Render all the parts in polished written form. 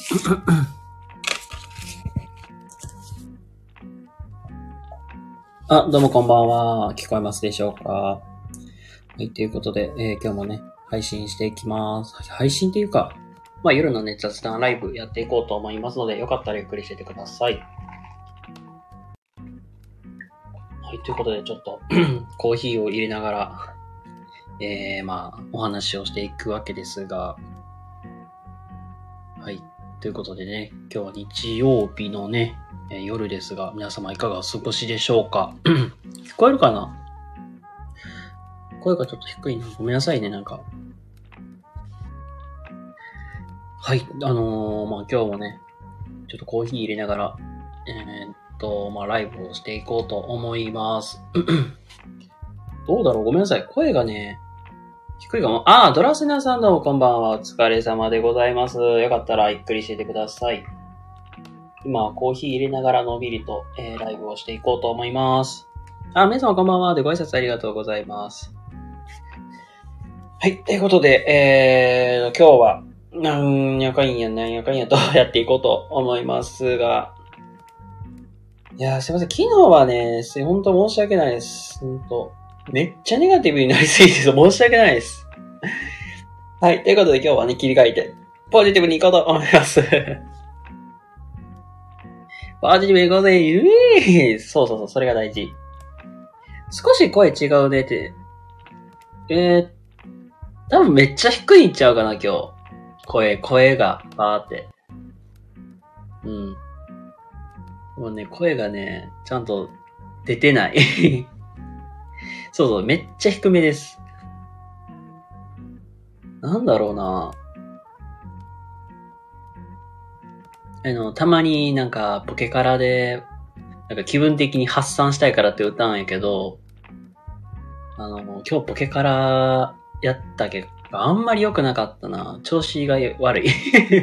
どうもこんばんは。聞こえますでしょうか？はい、ということで、今日もね、配信していきます。配信っていうか、夜のね、雑談ライブやっていこうと思いますので、よかったらゆっくりしててください。はい、ということで、ちょっと、コーヒーを入れながら、お話をしていくわけですが、はい、ということでね、今日は日曜日のね、夜ですが、皆様いかがお過ごしでしょうか？聞こえるかな？声がちょっと低いな。ごめんなさいね、なんか。はい。今日もね、ちょっとコーヒー入れながら、ライブをしていこうと思います。どうだろう？ごめんなさい。声がね、低いかも。ドラセナさんどうもこんばんは。お疲れ様でございます。よかったらゆっくりしててください。今、コーヒー入れながらのびりと、ライブをしていこうと思います。皆様こんばんは。で、ご挨拶ありがとうございます。はい。ということで、今日は、なんやかんやとやっていこうと思いますが、いやー、すいません。昨日はね、本当申し訳ないです。めっちゃネガティブになりすぎて申し訳ないです。はい。ということで今日はね、切り替えて、ポジティブにいこうと思います。ポジティブにいこうぜ、そう、それが大事。少し声違うねって。多分めっちゃ低いんちゃうかな、今日。声が、バーって。もうね、声がね、ちゃんと出てない。そう、めっちゃ低めです。なんだろうな。たまになんかポケカラで、なんか気分的に発散したいからって歌うんやけど、今日ポケカラやったけど、あんまり良くなかったな。調子が悪い。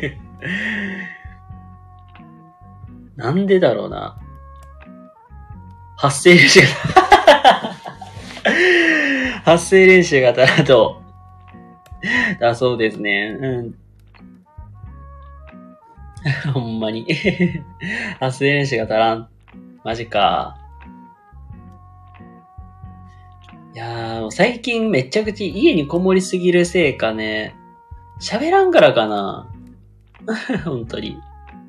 なんでだろうな。発声練習発声練習がたらと。だそうですね。ほんまに。発声練習が足らん。マジか。いやー、最近めちゃくちゃ家にこもりすぎるせいかね、喋らんからかな。本当に。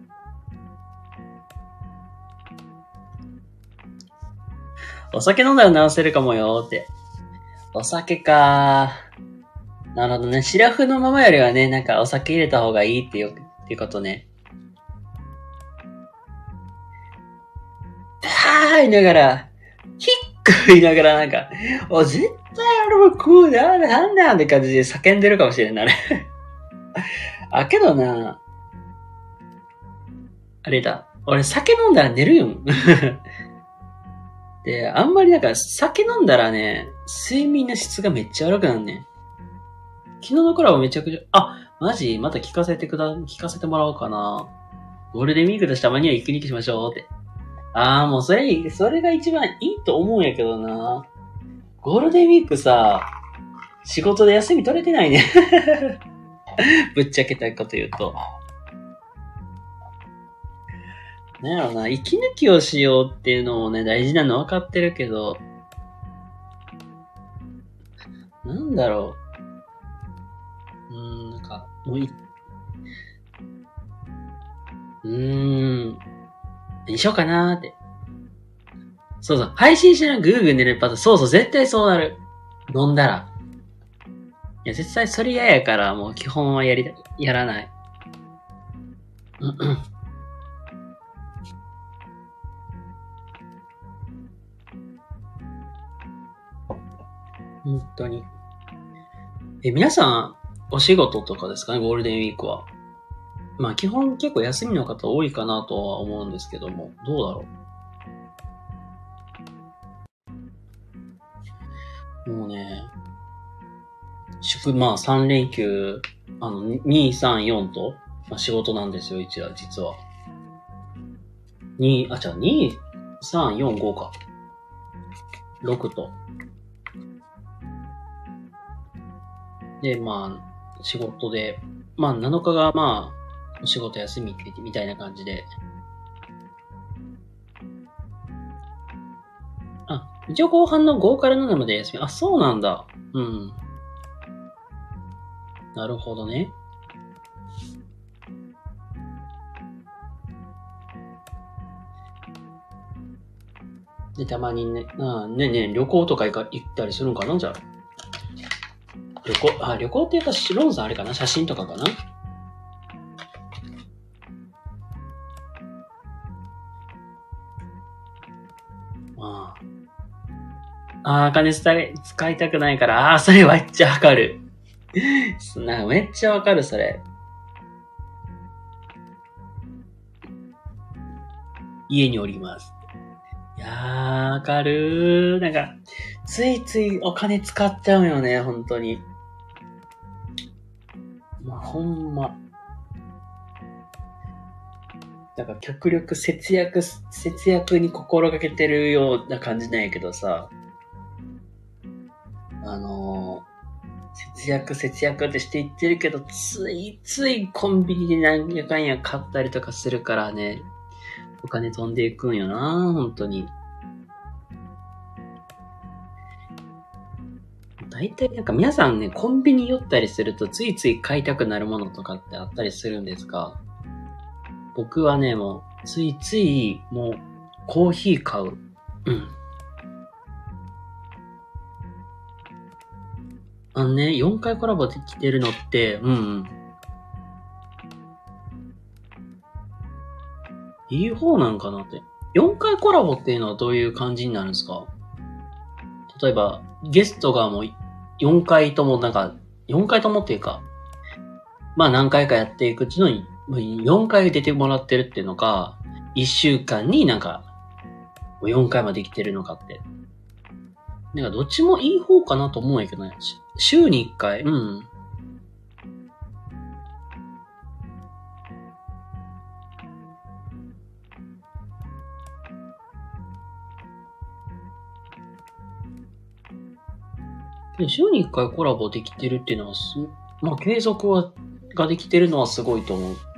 お酒飲んだら治せるかもよって。お酒かー。なるほどね。シラフのままよりはね、なんかお酒入れた方がいいっていうことね。言いながら、ヒック言いながらなんか、絶対俺もこうだ、なんだって感じで叫んでるかもしれんな、けどな、あれだ。俺酒飲んだら寝るよ。で、あんまりなんか酒飲んだらね、睡眠の質がめっちゃ悪くなるね。昨日の頃はめちゃくちゃ、マジまた聞かせてもらおうかな。ゴールデンウィークとしたまにはゆっくりしましょうって。もうそれが一番いいと思うんやけどな。ゴールデンウィークさ、仕事で休み取れてないね。ぶっちゃけたこと言うと。なんやろな、息抜きをしようっていうのもね、大事なの分かってるけど、なんだろう。なんか、もう何しようかなーって。そう、配信しながらぐーぐー寝るパターン。そう、絶対そうなる。飲んだら。いや、絶対それ嫌やから、もう基本はやらない。本当に。皆さん、お仕事とかですかね、ゴールデンウィークは。基本結構休みの方多いかなとは思うんですけども、どうだろう。もうね、3連休、2、3、4と、仕事なんですよ、実は。2、3、4、5か。6と。で、仕事で、7日がお仕事休みみたいな感じで。あ、一応後半の5から7まで休み。あ、そうなんだ。うん。なるほどね。で、たまにね、旅行とか行ったりするんかなじゃあ。旅行って言ったら、ロンさんあれかな写真とかかな金使いたくないから、それめっちゃわかる。なんかめっちゃわかる、それ。家におります。いやー、わかるー。なんか、ついついお金使っちゃうよね、本当に。ほんま。なんか極力節約に心がけてるような感じなんやけどさ。節約ってしていってるけど、ついついコンビニで何やかんや買ったりとかするからね、お金飛んでいくんよな、本当に。大体なんか皆さんね、コンビニ寄ったりするとついつい買いたくなるものとかってあったりするんですか？僕はね、もう、ついつい、もう、コーヒー買う。うん。4回コラボできてるのって、いい方なんかなって。4回コラボっていうのはどういう感じになるんですか？例えば、ゲストがもう4回とも4回ともっていうか、まあ何回かやっていくうちの4回出てもらってるっていうのか、1週間に4回まで来てるのかって。なんかどっちもいい方かなと思うんやけどね。週に1回、週に1回コラボできてるっていうのはまあ継続ができてるのはすごいと思う。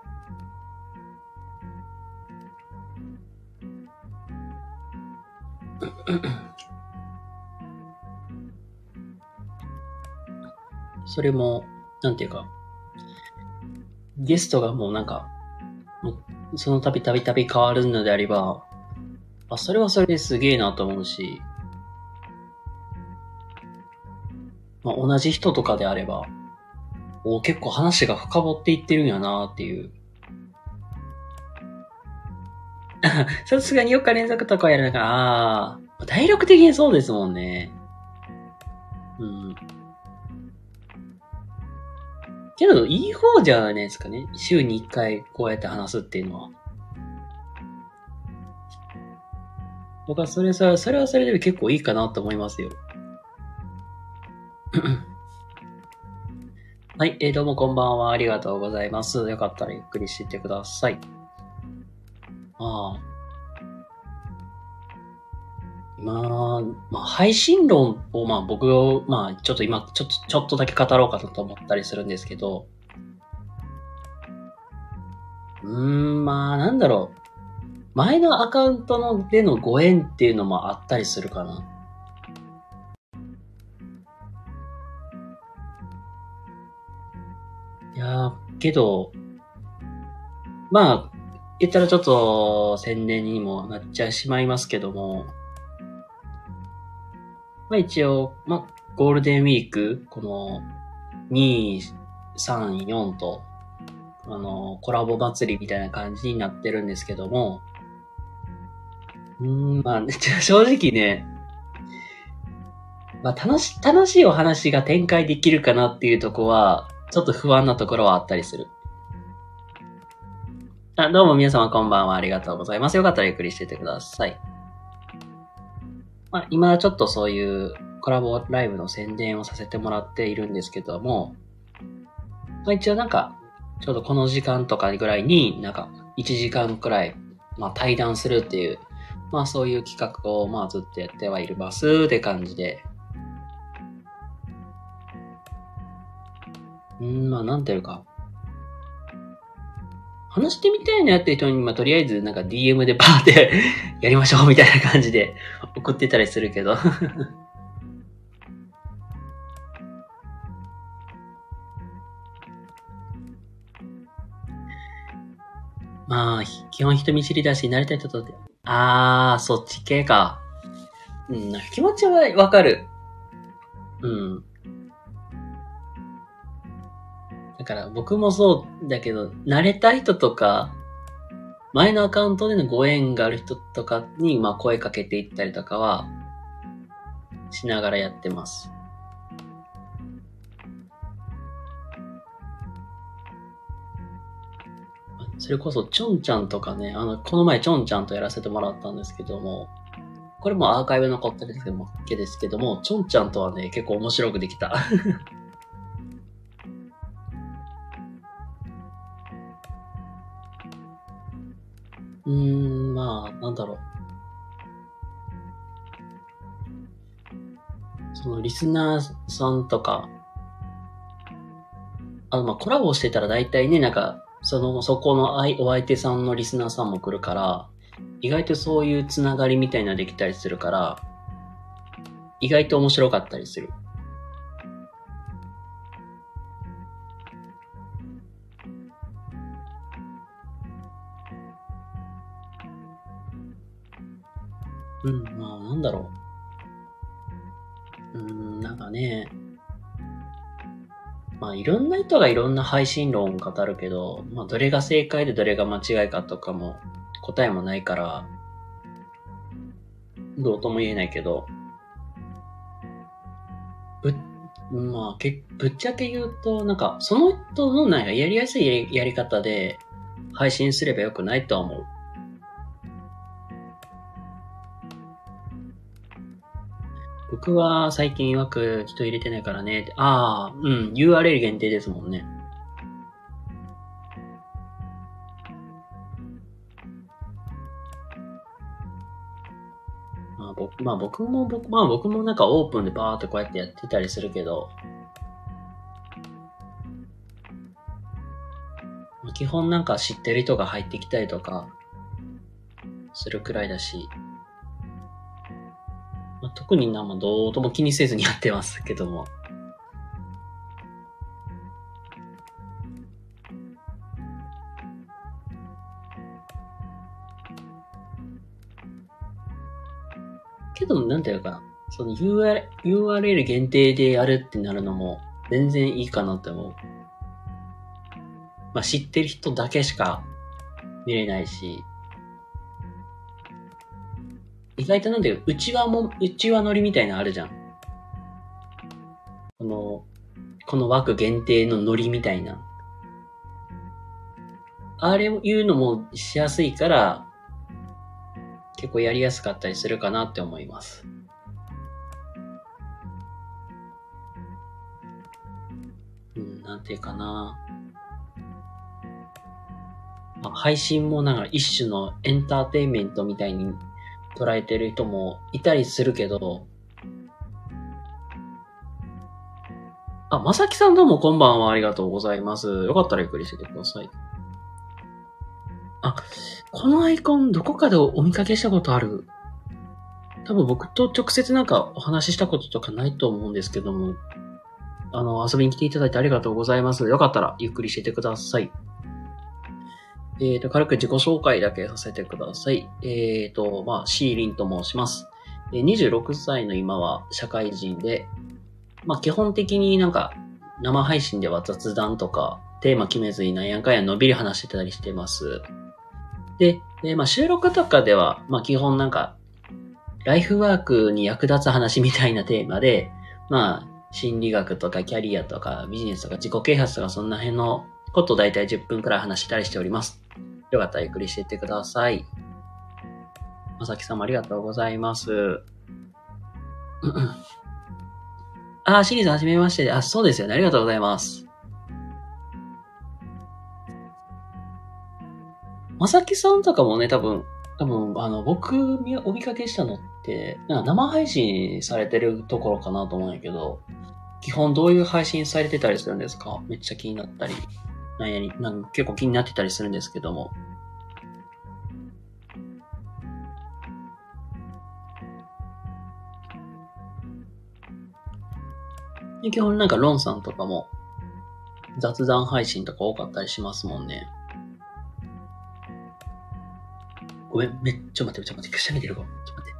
それも、なんていうか、ゲストがもうその度変わるのであれば、それはそれですげえなと思うし、まあ、同じ人とかであれば、結構話が深掘っていってるんやなっていう。さすがに4日連続とかやるのが、体力的にそうですもんね。うん。けど、いい方じゃないですかね。週に1回こうやって話すっていうのは。僕はそれはそれで結構いいかなと思いますよ。はい、どうもこんばんは。ありがとうございます。よかったらゆっくりしていってください。まあ、配信論を僕を、ちょっと今、ちょっとだけ語ろうかなと思ったりするんですけど、なんだろう。前のアカウントでのご縁っていうのもあったりするかな。いやけど、言ったらちょっと宣伝にもなっちゃいしまいますけども、一応、ゴールデンウィーク、この、2、3、4と、コラボ祭りみたいな感じになってるんですけども、正直ね、楽しいお話が展開できるかなっていうとこは、ちょっと不安なところはあったりする。どうも皆様こんばんは。ありがとうございます。よかったらゆっくりしててください。今ちょっとそういうコラボライブの宣伝をさせてもらっているんですけども、一応ちょうどこの時間とかぐらいに1時間くらい、対談するっていう、そういう企画をずっとやってはいますって感じで。なんていうか。 話してみたいなって人に、まあ、とりあえずなんか DM でバーってやりましょうみたいな感じで送ってたりするけど。まあ、基本人見知りだし、なりたい人とって。そっち系か。うん、気持ちはわかる。うん。だから僕もそうだけど、慣れた人とか、前のアカウントでのご縁がある人とかに、まあ声かけていったりとかは、しながらやってます。それこそ、ちょんちゃんとかね、この前ちょんちゃんとやらせてもらったんですけども、これもアーカイブ残ってるだけですけども、ちょんちゃんとはね、結構面白くできた。まあ、なんだろう。そのリスナーさんとか、まあコラボしてたら大体ね、なんか、そこのお相手さんのリスナーさんも来るから、意外とそういうつながりみたいなのできたりするから、意外と面白かったりする。まあ、なんだろう。なんかね、まあ、いろんな人がいろんな配信論を語るけど、まあ、どれが正解でどれが間違いかとかも、答えもないから、どうとも言えないけど、まあ、ぶっちゃけ言うと、なんか、その人のなんかやりやすいやり方で配信すればよくないとは思う。僕は最近曰く人入れてないからね。URL 限定ですもんね。僕もなんかオープンでバーってこうやってやってたりするけど、基本なんか知ってる人が入ってきたりとか、するくらいだし、特にどうとも気にせずにやってますけども。けど、なんていうか、その URL 限定でやるってなるのも全然いいかなって思う。まあ知ってる人だけしか見れないし、意外となんで、うちわ乗りみたいなのあるじゃん。この枠限定のノリみたいな。あれを言うのもしやすいから、結構やりやすかったりするかなって思います。なんていうかな。配信もなんか一種のエンターテインメントみたいに捉えてる人もいたりするけど、まさきさんどうもこんばんは、ありがとうございます。よかったらゆっくりしててください。このアイコンどこかでお見かけしたことある。多分僕と直接なんかお話ししたこととかないと思うんですけども、遊びに来ていただいてありがとうございます。よかったらゆっくりしててください。軽く自己紹介だけさせてください。シーリンと申します。26歳の今は社会人で、基本的になんか生配信では雑談とかテーマ決めずになんやかんやのびり話してたりしてます。で、収録とかでは、基本なんかライフワークに役立つ話みたいなテーマで、心理学とかキャリアとかビジネスとか自己啓発とかそんな辺のことをだいたい10分くらい話したりしております。よかったらゆっくりしていってください。まさきさんもありがとうございます。シリーズはじめましてで、そうですよね。ありがとうございます。まさきさんとかもね、多分、僕お見かけしたのって、なんか生配信されてるところかなと思うんやけど、基本どういう配信されてたりするんですか？めっちゃ気になったり。 なんか結構気になってたりするんですけども。基本なんかロンさんとかも雑談配信とか多かったりしますもんね。ごめん、ちょっと待って、くしゃみ出るか。ちょっと待って。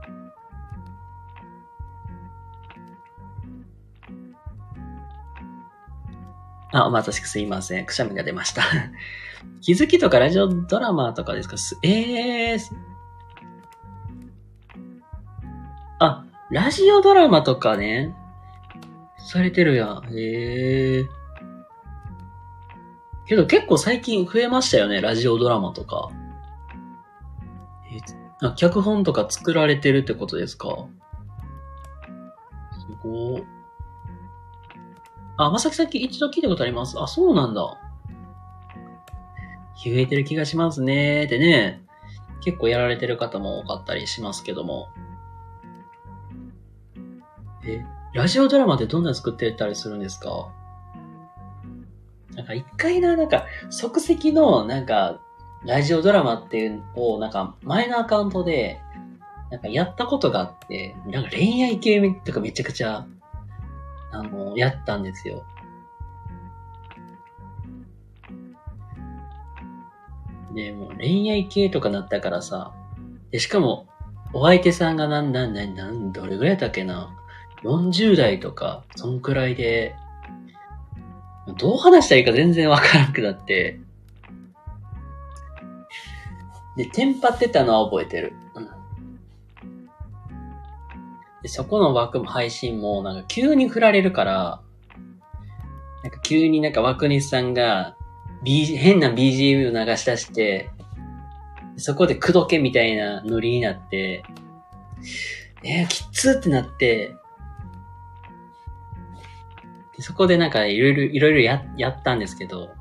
私すいません。くしゃみが出ました。気づきとかラジオドラマとかですか？ラジオドラマとかね。されてるやん。けど結構最近増えましたよね。ラジオドラマとか。脚本とか作られてるってことですか？すごい。まさきさっき一度聞いたことあります。そうなんだ。増えてる気がしますね。ってね。結構やられてる方も多かったりしますけども。ラジオドラマってどんなの作ってたりするんですか？なんか一回即席の、ラジオドラマっていうのを、前のアカウントで、やったことがあって、恋愛系とかめちゃくちゃ、やったんですよ。で、もう恋愛系とかなったからさ、で、しかも、お相手さんがどれぐらいだったっけな？ 40 代とか、そんくらいで、どう話したらいいか全然わからなくなって、で、テンパってたのは覚えてる。で、そこの枠も配信も、急に振られるから、急に枠西さんが、変な BGM を流し出して、そこで口説けみたいなノリになって、きつってなって、でそこでいろいろやったんですけど、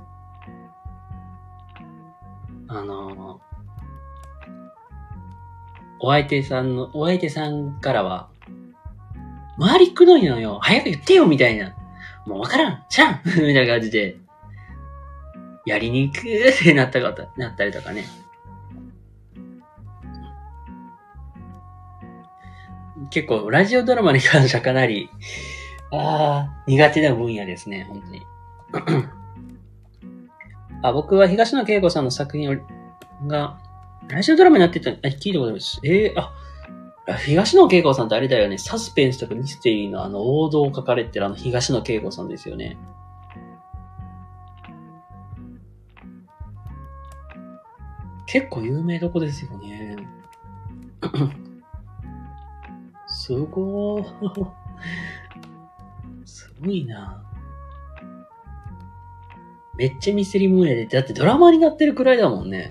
お相手さんからは、周りくどいのよ、早く言ってよみたいな。もうわからんじゃんみたいな感じで、やりにくってなったりとかね。結構、ラジオドラマに関してはかなり、苦手な分野ですね、本当に。僕は東野圭吾さんの作品が、ラジオドラマになってた、聞いたことあります。東野圭吾さんってあれだよね、サスペンスとかミステリーの王道を書かれてる東野圭吾さんですよね。結構有名どこですよね。すごいな。めっちゃミステリームーネで、だってドラマになってるくらいだもんね。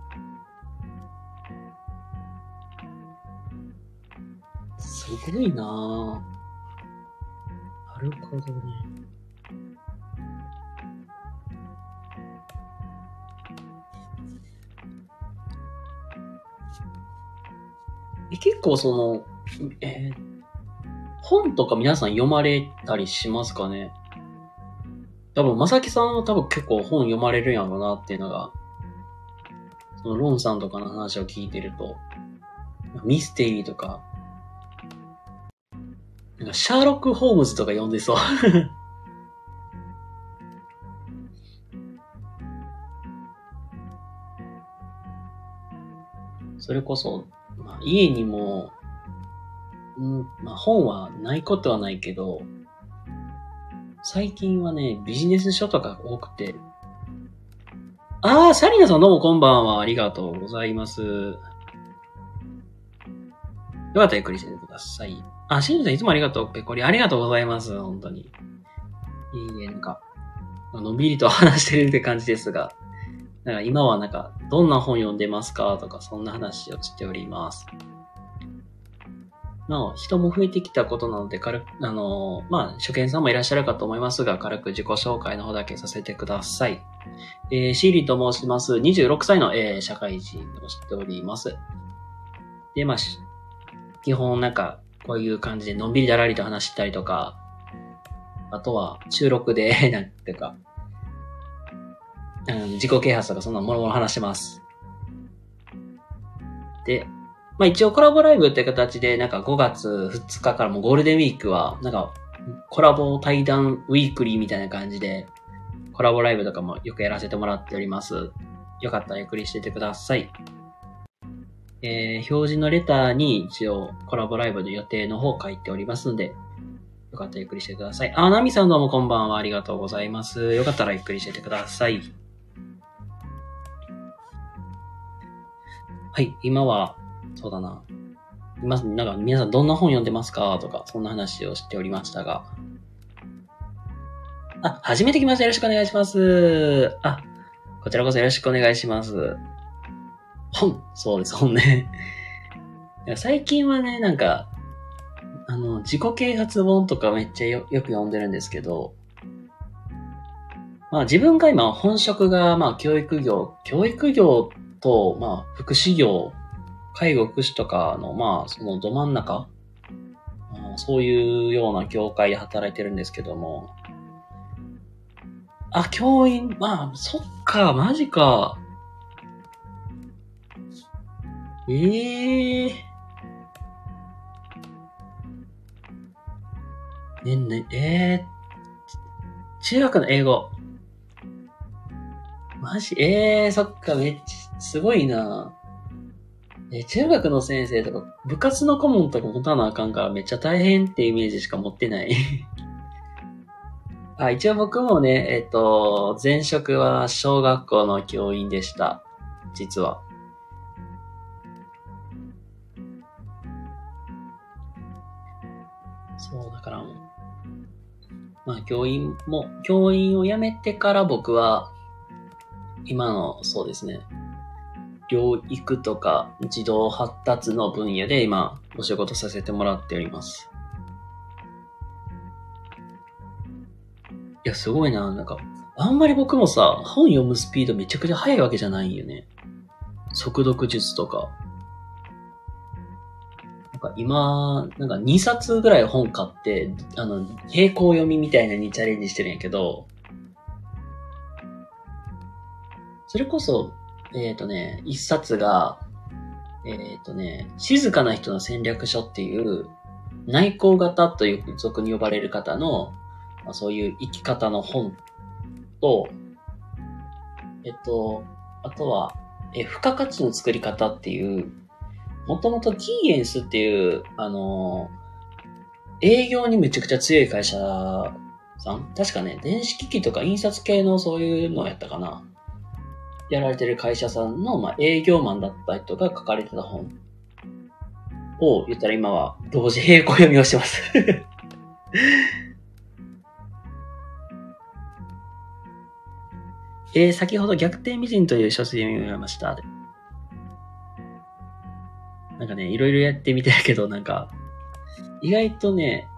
すごいなぁ。なるほどね。結構本とか皆さん読まれたりしますかね？多分、まさきさんは結構本読まれるんやろうなっていうのが、そのロンさんとかの話を聞いてると、ミステリーとか、シャーロック・ホームズとか読んでそう。それこそ、家にも、本はないことはないけど、最近はね、ビジネス書とか多くて。サリナさんどうもこんばんは。ありがとうございます。よかったらゆっくりしててください。シンジさんいつもありがとう。ペコリありがとうございます。本当に。いいね、のんびりと話してるって感じですが、今はどんな本読んでますかとか、そんな話をしております。人も増えてきたことなので、軽く、初見さんもいらっしゃるかと思いますが、軽く自己紹介の方だけさせてください。シーリーと申します。26歳の、社会人をしております。で、基本こういう感じでのんびりだらりと話したりとか、あとは収録で、 自己啓発とかそんなもろもろ話してます。で、まあ一応コラボライブって形で、なんか5月2日からもゴールデンウィークは、なんかコラボ対談ウィークリーみたいな感じで、コラボライブとかもよくやらせてもらっております。よかったらゆっくりしててください。表示のレターに一応コラボライブの予定の方書いておりますので、よかったらゆっくりしてください。ナミさんどうもこんばんは。ありがとうございます。よかったらゆっくりしててください。はい、今は、そうだな。今、なんか皆さんどんな本読んでますかとか、そんな話をしておりましたが。初めて来ました。よろしくお願いします。こちらこそよろしくお願いします。そうです、本ね。最近はね、なんか、自己啓発本とかめっちゃよく読んでるんですけど、まあ自分が今本職がまあ教育業とまあ福祉業、介護福祉とかのまあそのど真ん中、そういうような業界で働いてるんですけども、教員、まあそっか、マジか。中学の英語。マジそっか、めっちゃ、すごいな。中学の先生とか、部活の顧問とか持たなあかんからめっちゃ大変ってイメージしか持ってない。一応僕もね、前職は小学校の教員でした。実は。そう、だからもう。まあ、教員を辞めてから僕は、今の、そうですね、療育とか児童発達の分野で今、お仕事させてもらっております。いや、すごいな。なんか、あんまり僕もさ、本読むスピードめちゃくちゃ速いわけじゃないんよね。速読術とか。なんか今、なんか2冊ぐらい本買って、並行読みみたいなのにチャレンジしてるんやけど、それこそ、1冊が、静かな人の戦略書っていう、内向型という俗に呼ばれる方の、そういう生き方の本と、あとは、付加価値の作り方っていう、もともとキーエンスっていう、営業にめちゃくちゃ強い会社さん、確かね、電子機器とか印刷系のそういうのやったかな。やられてる会社さんの、まあ、営業マンだった人が書かれてた本を言ったら今は同時並行読みをしてます。先ほど逆転美人という書籍を読みました。なんかね、いろいろやってみてるけど、なんか、意外とね、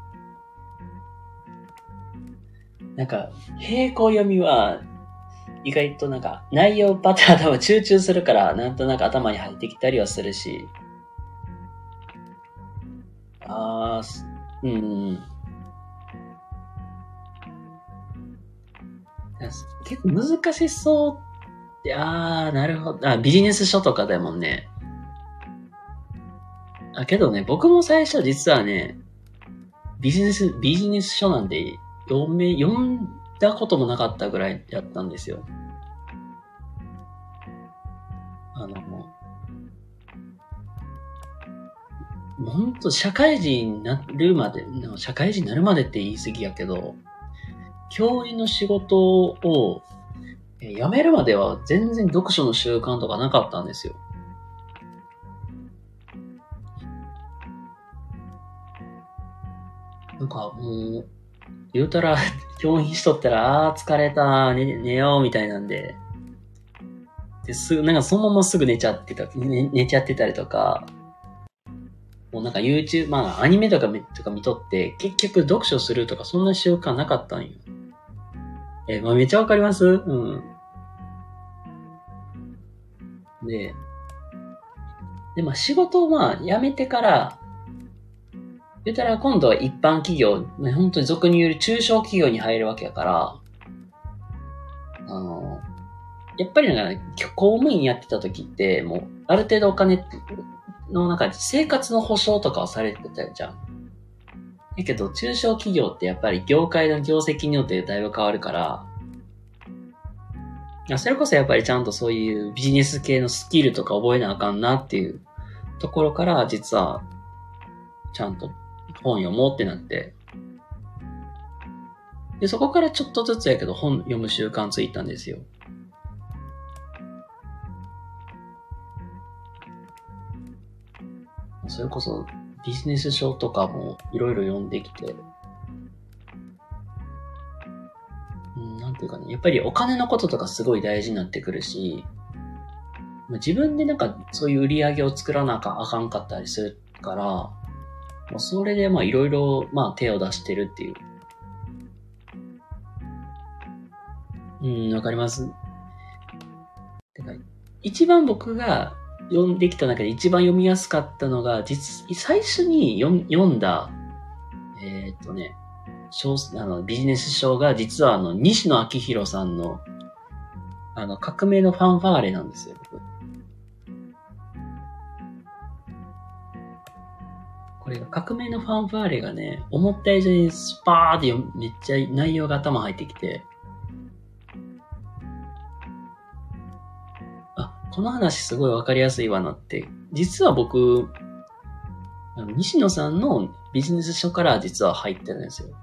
なんか、並行読みは、意外となんか、内容パターンは集中するから、なんとなく頭に入ってきたりはするし、結構難しそうって、なるほど。ビジネス書とかだもんね。けどね、僕も最初実はね、ビジネス書なんで読んだこともなかったぐらいやったんですよ。ほんと社会人になるまでって言い過ぎやけど、教員の仕事を辞めるまでは全然読書の習慣とかなかったんですよ。なんかもう、言うたら、教員しとったら、疲れた、寝よう、みたいなんで、なんかそのまますぐ寝ちゃってたりとか、もうなんか YouTube、まあアニメとか見とって、結局読書するとかそんな習慣なかったんよ。まあめっちゃわかります？うん。で、まあ仕事をまあ辞めてから、言ったら今度は一般企業、本当に俗に言う中小企業に入るわけやから、 やっぱりなんか、公務員やってた時って、もう、ある程度お金のなんか、生活の保障とかはされてたじゃん。だけど、中小企業ってやっぱり業界の業績によってだいぶ変わるから、それこそやっぱりちゃんとそういうビジネス系のスキルとか覚えなあかんなっていうところから、実は、ちゃんと本読もうってなって、で、そこからちょっとずつやけど本読む習慣ついたんですよ。それこそビジネス書とかもいろいろ読んできて、なんていうかね、やっぱりお金のこととかすごい大事になってくるし、自分でなんかそういう売り上げを作らなあかんかったりするから、もうそれでいろいろ手を出してるっていう。わかります。てか、一番僕が読んできた中で一番読みやすかったのが、最初に読んだ、ビジネス書が実は西野昭弘さんの、革命のファンファーレなんですよ、僕。これが革命のファンファーレがね、思った以上にスパーってめっちゃ内容が頭入ってきて、この話すごいわかりやすいわなって。実は僕、西野さんのビジネス書から実は入ってるんですよ。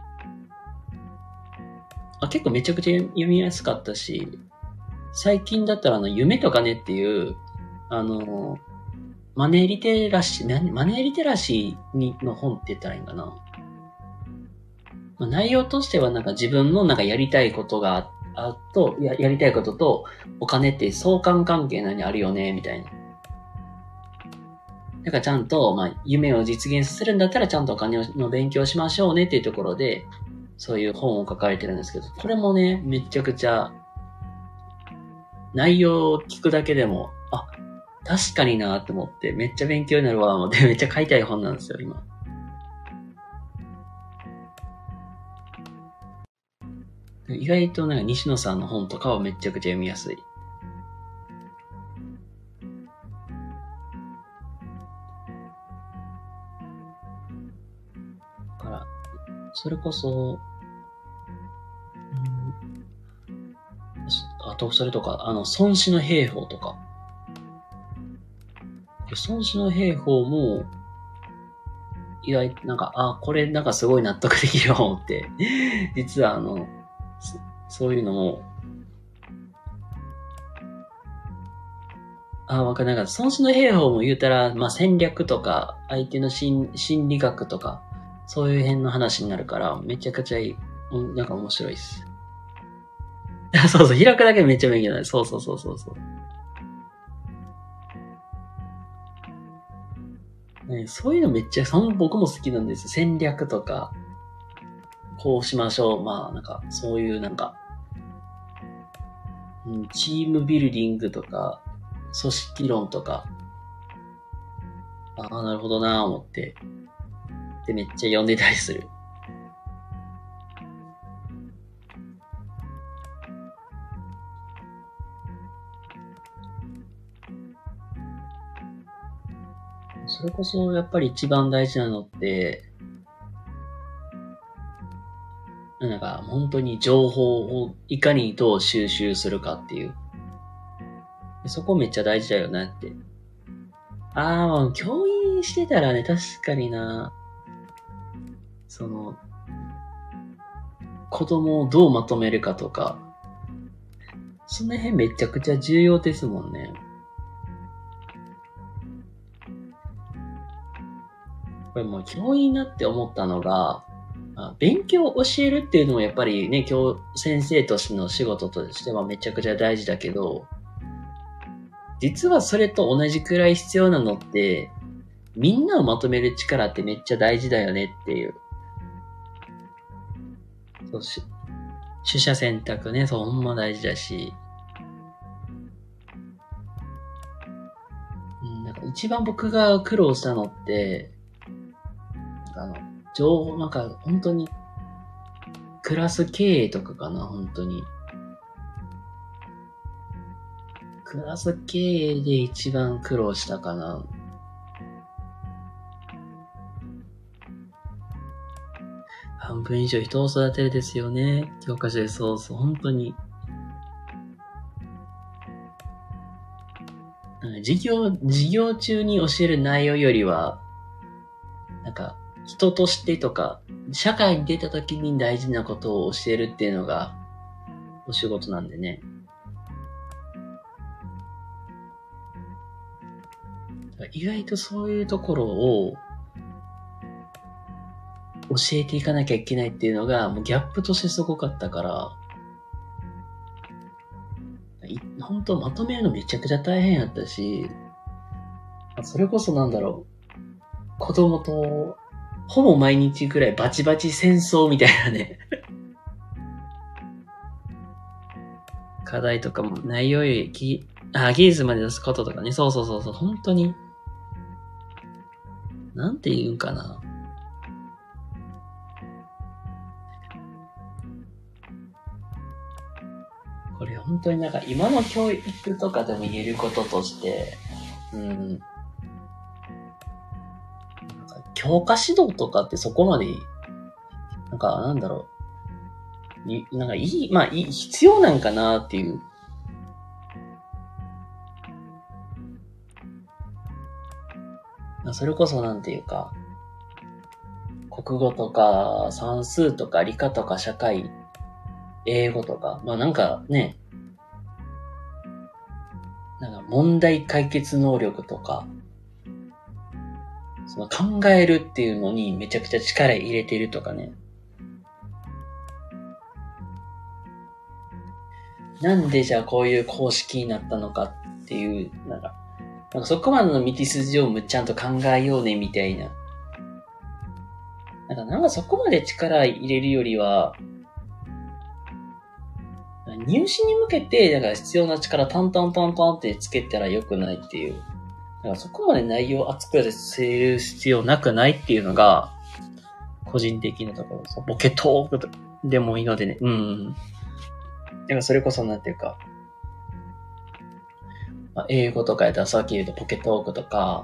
結構めちゃくちゃ読みやすかったし、最近だったら夢とかねっていう、マネーリテラシーの本って言ったらいいんかな。内容としてはなんか自分のなんかやりたいことがやりたいこととお金って相関関係にあるよね、みたいな。だからちゃんと、夢を実現させるんだったらちゃんとお金の勉強しましょうねっていうところで、そういう本を書かれてるんですけど、これもね、めちゃくちゃ、内容を聞くだけでも、確かになって思って、めっちゃ勉強になるわ、思って、めっちゃ買いたい本なんですよ、今。意外と西野さんの本とかはめちゃくちゃ読みやすい。だから、それこそ、それとか、孫子の兵法とか。孫子の兵法も、意外、これすごい納得できる思って、実はそういうのも、わかる。孫子の兵法も言うたら、戦略とか、相手の心理学とか、そういう辺の話になるから、めちゃくちゃいい。面白いです。そうそう、開くだけめっちゃ勉強になる。そう。そういうのめっちゃ、僕も好きなんです。戦略とか、こうしましょう。そういうチームビルディングとか、組織論とか、なるほどなぁ思って、で、めっちゃ読んでたりする。それこそ、やっぱり一番大事なのって、本当に情報をいかにどう収集するかっていう。そこめっちゃ大事だよなって。教員してたらね、確かにな、子供をどうまとめるかとか、その辺めちゃくちゃ重要ですもんね。これもう教員になって思ったのが、勉強を教えるっていうのもやっぱりね、先生としての仕事としてはめちゃくちゃ大事だけど、実はそれと同じくらい必要なのって、みんなをまとめる力ってめっちゃ大事だよねっていう。取捨選択ね、ほんま大事だし。一番僕が苦労したのって、本当に、クラス経営とかかな、本当に。 クラス経営で一番苦労したかな。半分以上人を育てるですよね。教科書でそう、本当に。授業中に教える内容よりは、人としてとか、社会に出た時に大事なことを教えるっていうのが、お仕事なんでね。意外とそういうところを教えていかなきゃいけないっていうのが、もうギャップとしてすごかったから、本当まとめるのめちゃくちゃ大変やったし、それこそ子供とほぼ毎日ぐらいバチバチ戦争みたいなね。課題とかも内容より技術まで出すこととかね。そう、本当に。なんて言うんかな。これ本当に今の教育とかでも言えることとして、教科指導とかってそこまで、必要なんかなっていう。それこそ国語とか算数とか理科とか社会、英語とか、問題解決能力とか、その考えるっていうのにめちゃくちゃ力入れてるとかね。なんでじゃあこういう公式になったのかっていう、そこまでの道筋をちゃんと考えようねみたいな。そこまで力入れるよりは、入試に向けて、必要な力タンってつけたら良くないっていう。そこまで内容熱くする必要なくないっていうのが、個人的なところ。ボケトークでもいいのでね。それこそ英語とかやったらさっき言うとポケトークとか、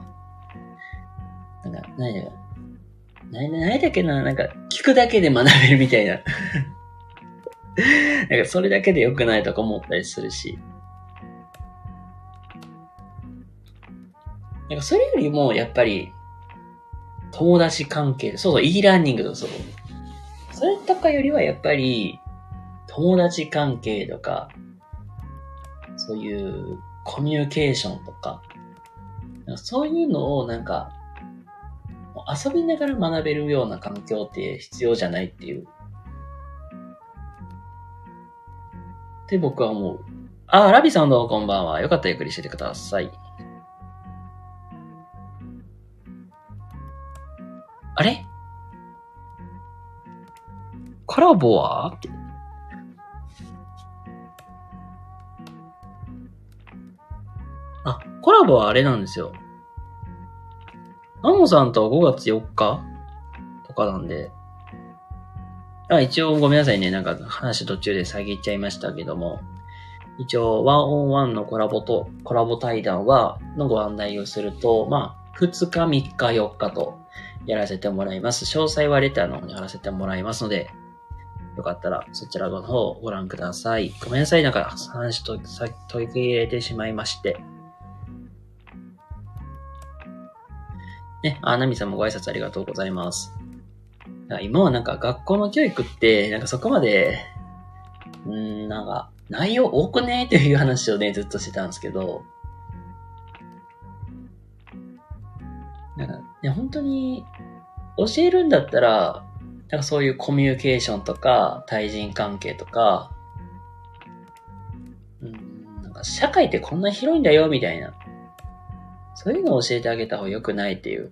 何だっけな、聞くだけで学べるみたいな。それだけで良くないとか思ったりするし。それよりも、やっぱり、友達関係、e ラーニングとかそれとかよりはやっぱり、友達関係とか、そういうコミュニケーションとか、そういうのを遊びながら学べるような環境って必要じゃないっていう。って僕は思う。ラビさんどうもこんばんは。よかったらゆっくりしててください。あれコラボはって。コラボはあれなんですよ。アモさんと5月4日とかなんで。一応ごめんなさいね。話途中で遮っちゃいましたけども。一応、ワンオンワンのコラボ対談のご案内をすると、2日、3日、4日とやらせてもらいます。詳細はレターの方に貼らせてもらいますので、よかったらそちらの方をご覧ください。ごめんなさい。話と途切れてしまいまして。ね、ナミさんもご挨拶ありがとうございます。今は学校の教育って、そこまで、内容多くねっていう話をね、ずっとしてたんですけど、本当に、教えるんだったら、そういうコミュニケーションとか、対人関係とか、社会ってこんな広いんだよ、みたいな。そういうのを教えてあげた方が良くないっていう。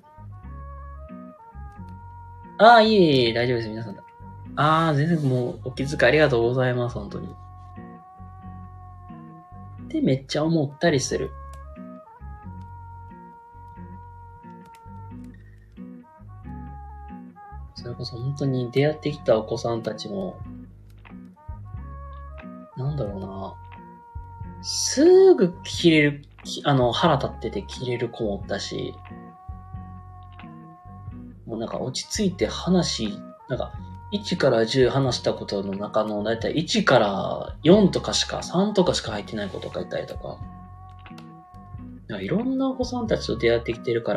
いえいえ、大丈夫です、皆さん。全然もう、お気遣いありがとうございます、本当に。ってめっちゃ思ったりする。それこそ本当に出会ってきたお子さんたちも、 すぐ切れる、腹立ってて切れる子もおったし、もうなんか落ち着いてなんか、1から10話したことの中の、だいたい1から4とかしか、3とかしか入ってない子とかいたりとか、なんかいろんなお子さんたちと出会ってきてるから、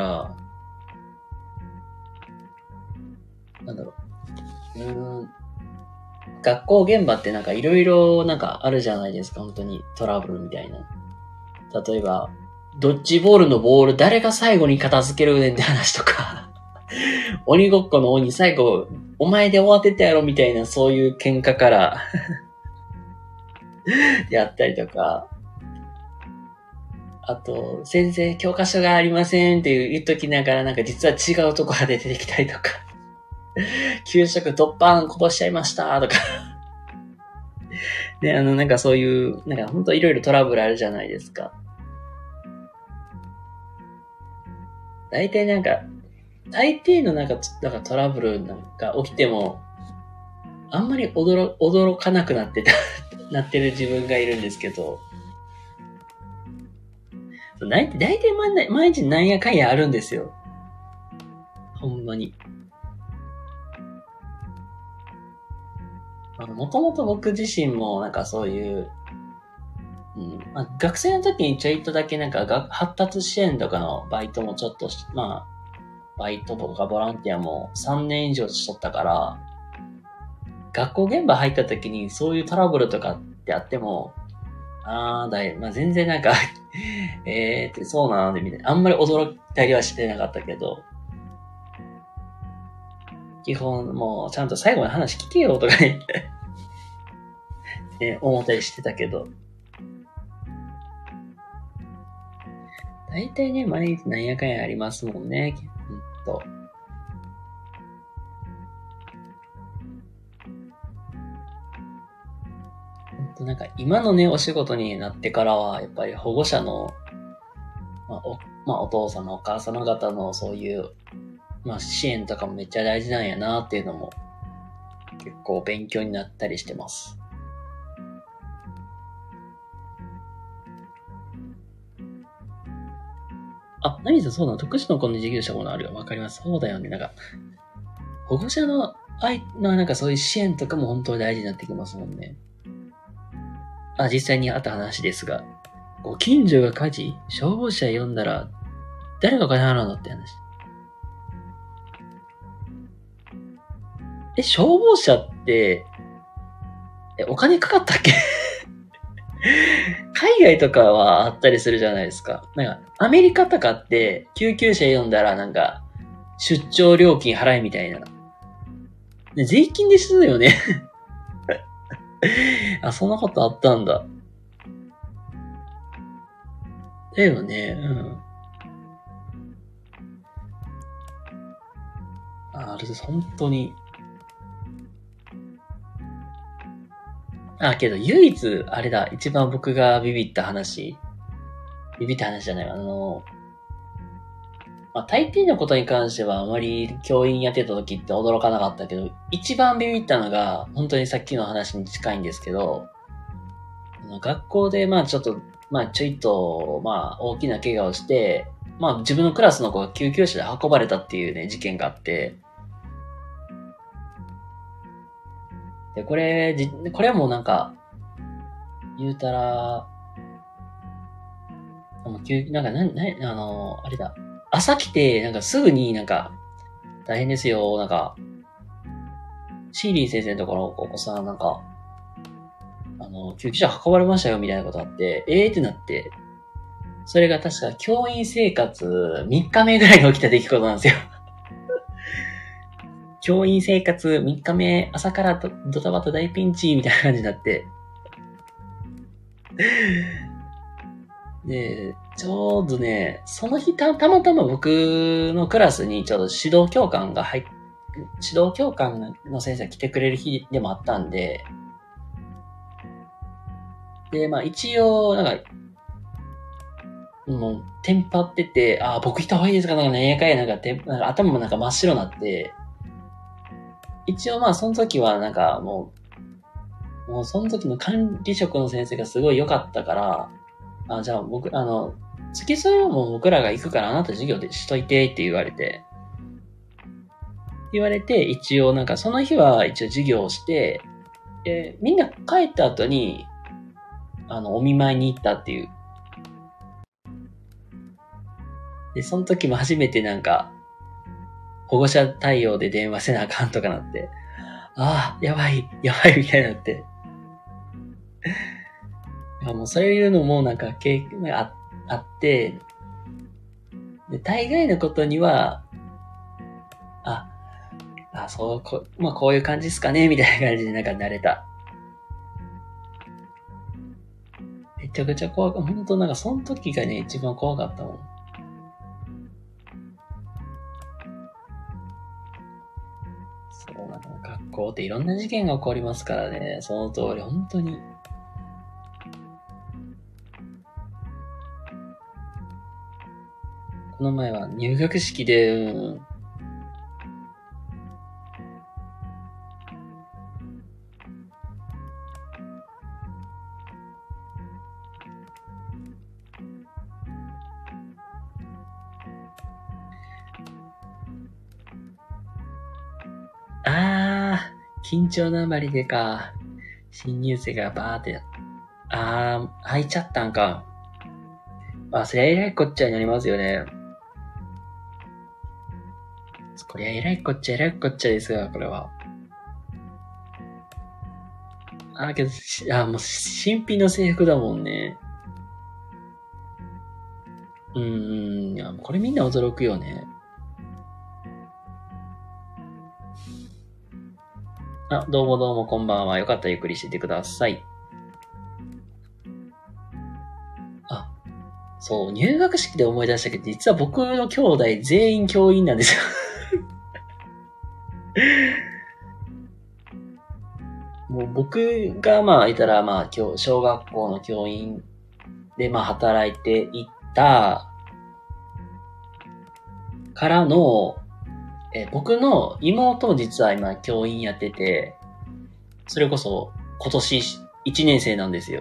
なんだろう。学校現場ってなんかいろいろなんかあるじゃないですか、本当にトラブルみたいな。例えば、ドッジボールのボール誰が最後に片付けるねんって話とか、鬼ごっこの鬼最後、お前で終わってたやろみたいなそういう喧嘩からやったりとか、あと、先生教科書がありませんって言っときながらなんか実は違うところで出てきたりとか、給食突破こぼしちゃいましたとかで、なんかそういう、なんかほんといろいろトラブルあるじゃないですか。大体なんか、大抵のなんかトラブルなんか起きても、あんまり驚かなくなってる自分がいるんですけど、大体毎日なんやかんやあるんですよ。ほんまに。もともと僕自身もなんかそういう、学生の時にちょいとだけなんか発達支援とかのバイトもちょっとバイトとかボランティアも3年以上しとったから、学校現場入った時にそういうトラブルとかってあっても、全然なんかそうなのでみたいな。あんまり驚いたりはしてなかったけど、基本もうちゃんと最後の話聞けよとかねね、思ったりしてたけど、大体ね、毎日なんやかんやありますもんね。なんか今のね、お仕事になってからは、やっぱり保護者の、お父様、お母様方のそういう、支援とかもめっちゃ大事なんやなっていうのも、結構勉強になったりしてます。何さんそうなの？徳島の子に授業したことあるよ。わかります。そうだよね。なんか、保護者のなんかそういう支援とかも本当に大事になってきますもんね。実際にあった話ですが、ご近所が火事？消防車呼んだら、誰がお金払うのって話。消防車って、お金かかったっけ海外とかはあったりするじゃないですか。なんか、アメリカとかって、救急車呼んだらなんか、出張料金払いみたいな。税金ですよねそんなことあったんだ。だよね、あれです、本当に。けど唯一、あれだ、一番僕がビビった話じゃない、大抵のことに関してはあまり教員やってた時って驚かなかったけど、一番ビビったのが、本当にさっきの話に近いんですけど、学校でちょっと、ちょいと、大きな怪我をして、自分のクラスの子が救急車で運ばれたっていうね、事件があって、で、これもなんか、言うたら、あれだ。朝来て、なんかすぐになんか、大変ですよ、なんか、シーリー先生のところのお子さんなんか、救急車運ばれましたよ、みたいなことあって、ってなって、それが確か教員生活3日目ぐらいに起きた出来事なんですよ。教員生活3日目、朝からドタバタ大ピンチみたいな感じになって。で、ちょうどね、その日たまたま僕のクラスにちょうど指導教官の先生が来てくれる日でもあったんで、で、一応、なんか、もう、テンパってて、僕来た方がいいですかなんかね、なんか頭もなんか真っ白になって、一応その時はなんかもうその時の管理職の先生がすごい良かったから、 じゃあ僕、付き添いはもう僕らが行くからあなた授業でしといてって言われて、一応なんかその日は一応授業をして、みんな帰った後に、お見舞いに行ったっていう。で、その時も初めてなんか、保護者対応で電話せなあかんとかなって、やばいみたいになって。もうそういうのもなんか経験があって、で、大概のことには、まあこういう感じですかねみたいな感じでなんか慣れた。めちゃくちゃ怖かった。本当なんかその時がね、一番怖かったもん。そうなの。学校っていろんな事件が起こりますからね。その通り、本当に。この前は入学式で、緊張のあまりでか、新入生がバーって、入っちゃったんか。そりゃえらいこっちゃになりますよね。こりゃえらいこっちゃですよ、これは。けど、もう新品の制服だもんね。いや、これみんな驚くよね。どうもこんばんは。よかったらゆっくりしててください。そう、入学式で思い出したけど、実は僕の兄弟全員教員なんですよ。もう僕がいたら小学校の教員で働いていったからの、僕の妹も実は今教員やってて、それこそ今年1年生なんですよ。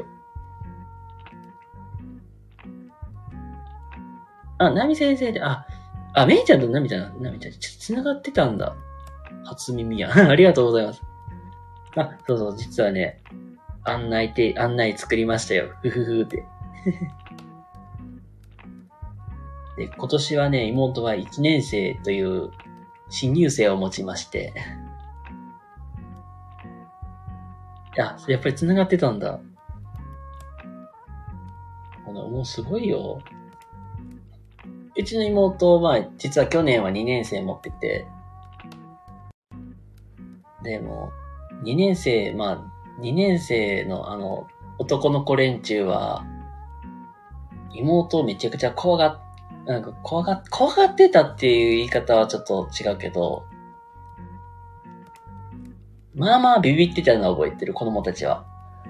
ナミ先生で、メイちゃんとナミちゃん、繋がってたんだ。初耳や。ありがとうございます。そう、実はね、案内作りましたよ。ふふふって。で、今年はね、妹は1年生という新入生を持ちまして。やっぱり繋がってたんだ。もうすごいよ。うちの妹は、実は去年は2年生持ってて、でも、2年生の男の子連中は、妹をめちゃくちゃ怖がってたっていう言い方はちょっと違うけど、ビビってたのは覚えてる、子供たちは。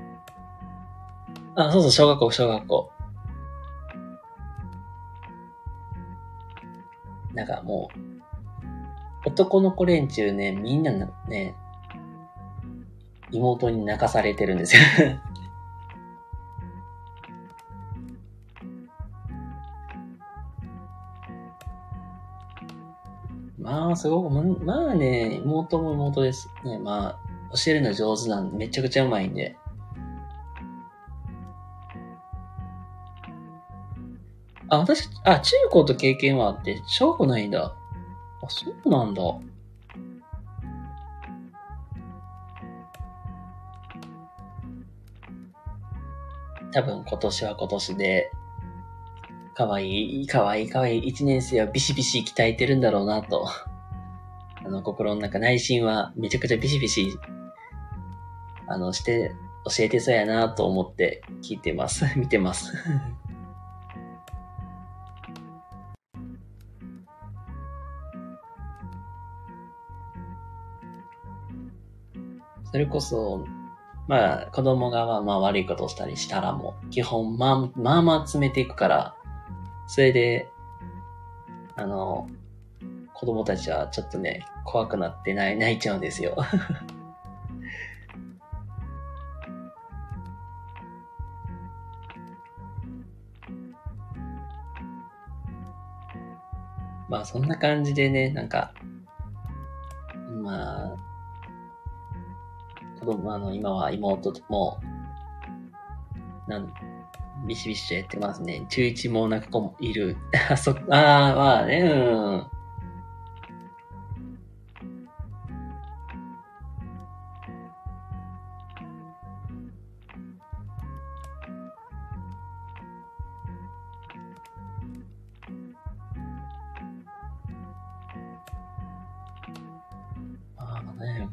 そうそう、小学校。なんかもう、男の子連中ね、みんなね、妹に泣かされてるんですよ。すごく、ね、妹も妹ですね。教えるの上手なんで、めちゃくちゃうまいんで。私、中高と経験はあって、小学校ないんだ。そうなんだ。多分今年は今年で、かわいい一年生はビシビシ鍛えてるんだろうなと。心の中内心はめちゃくちゃビシビシ、して教えてそうやなと思って聞いてます。見てます。それこそ、子供が悪いことをしたりしたらもう、基本詰めていくから、それで、子供たちはちょっとね、怖くなって泣いちゃうんですよ。 まあそんな感じでね、なんか、まあ、子供、今は妹も、ビシビシとやってますね。中1もなんか子もいる。まあね、うん。まあね。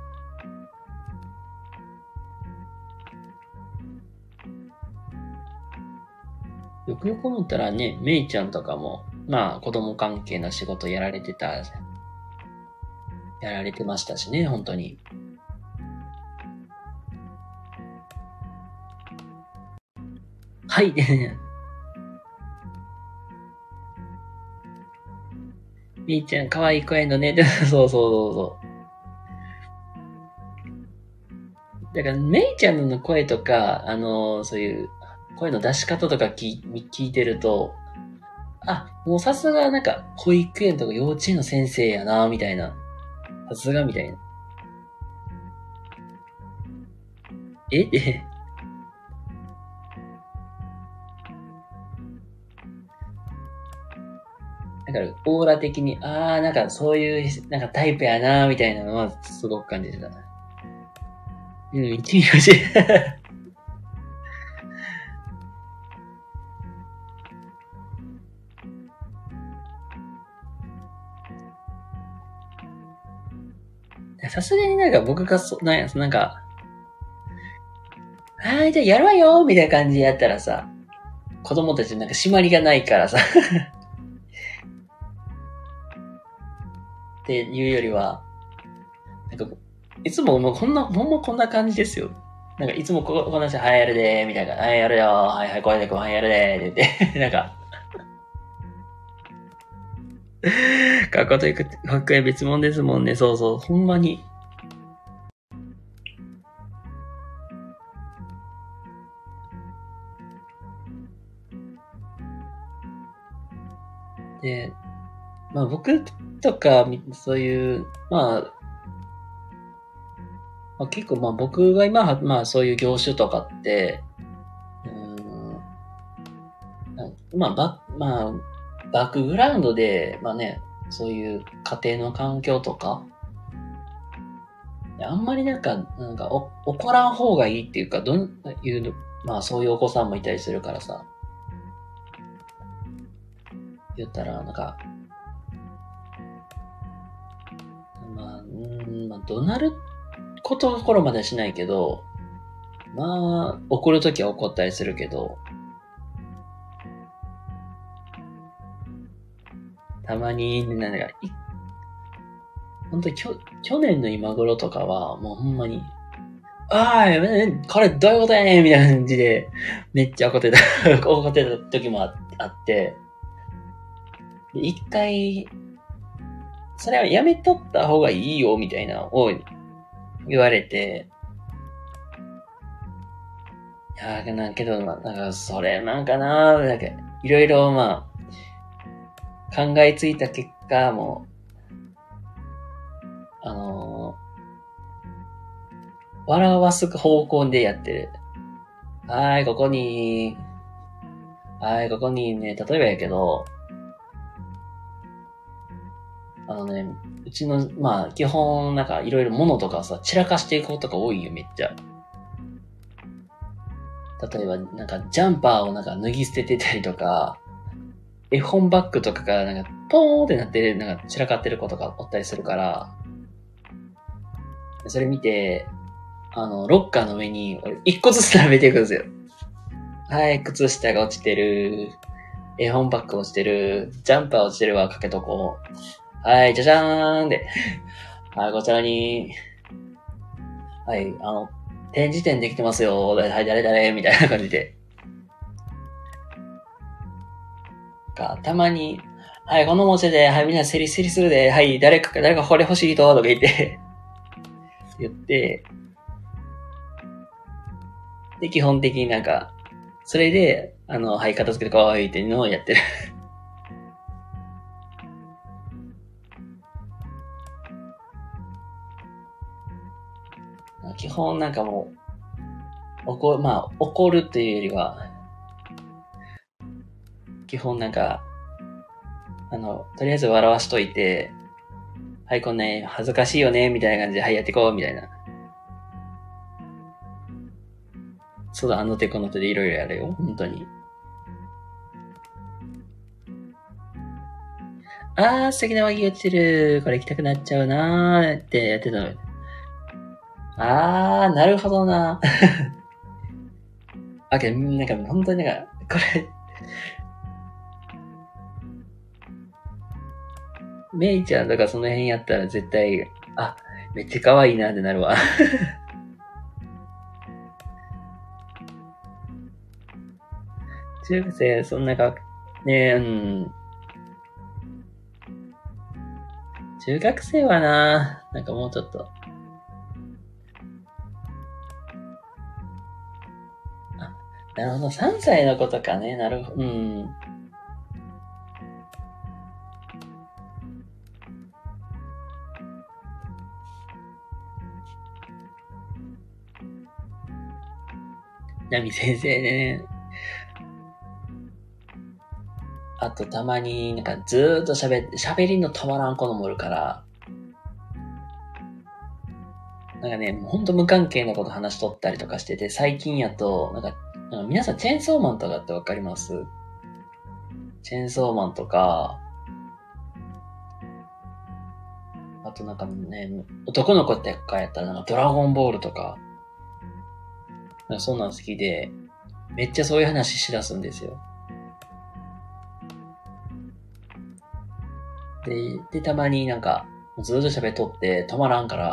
よくよく思ったらね、めいちゃんとかも、まあ子供関係の仕事やられてましたしね、本当に。はい。めいちゃん可愛い声のね、そうそうそうそう。だから、めいちゃんの声とか、そういう声の出し方とか聞いてると、あ、もうさすがなんか、保育園とか幼稚園の先生やな、みたいな。さすがみたいな。えって、だから、オーラ的に、なんかそういう、なんかタイプやな、みたいなのは、すごく感じてた。うん、行ってみましょう。さすがになんか僕がなんか、じゃあやるわよみたいな感じでやったらさ、子供たちなんか締まりがないからさ、っていうよりは、なんか、いつももうほんまこんな感じですよ。なんかいつもこんな人、はい、やるでー、みたいな。はい、やるよー、はいはい、これでこう、はい、やるでー、って言って、なんか、学校と行く、学校は別物ですもんね、そうそう、ほんまに。で、まあ僕とか、そういう、結構まあ僕が今、まあそういう業種とかって、うーん、まあ、バックグラウンドで、まあね、そういう家庭の環境とか、あんまり怒らん方がいいっていうか、まあそういうお子さんもいたりするからさ、言ったら、まあ、怒鳴ることころまではしないけど、まあ、怒るときは怒ったりするけど、たまに、本当に去年の今頃とかは、もうほんまに、これどういうことやねんみたいな感じで、めっちゃ怒ってた、怒ってた時もあって、で一回、それはやめとった方がいいよ、みたいなのを言われて、いやー、けど、なんか、それなんかなー、なんか、いろいろ、まあ、考えついた結果、もう、笑わす方向でやってる。はーい、ここに、ここにね、例えばやけど、あのね、うちの、まあ、基本、なんか、いろいろ物とかさ、散らかしていくことが多いよ、めっちゃ。例えば、なんか、ジャンパーをなんか脱ぎ捨ててたりとか、絵本バッグとかが、なんか、ポーンってなってる、なんか、散らかってることがおったりするから、それ見て、ロッカーの上に、俺、一個ずつ並べていくんですよ。はい、靴下が落ちてる、絵本バッグ落ちてる、ジャンパー落ちてるはかけとこう。はい、じゃじゃーんで。はい、こちらに、はい、展示展できてますよ。はい、誰々みたいな感じで。たまに、はい、この文字で、はい、みんなセリするで、はい、誰かこれ欲しいと、とか言って言って、で、基本的になんか、それで、はい、片付けてこいっていうのをやってる。 基本なんかもう、怒るというよりは、基本なんか、とりあえず笑わしといて、はい、こんな恥ずかしいよね、みたいな感じで、はい、やってこう、みたいな。そうだ、あの手この手でいろいろやるよ、本当に。素敵な和牛落ちてる。これ行きたくなっちゃうなーってやってたの。なるほどな。なんか本当になんか、これ、メイちゃんとかその辺やったら絶対、めっちゃ可愛いなってなるわ。中学生、そんなか、ねうん。中学生はなんかもうちょっと。なるほど。3歳の子とかね。なるほど。うん。ナミ先生ね。あとたまになんかずーっと喋りの止まらん子もおるから、なんかね、ほんと無関係なこと話しとったりとかしてて、最近やと、なんか皆さんチェーンソーマンとかってわかります？チェーンソーマンとか、あとなんかね、男の子ってかやったらなんかドラゴンボールとか、なんかそんなん好きで、めっちゃそういう話しだすんですよ。で、たまになんか、ずっと喋っとって止まらんから、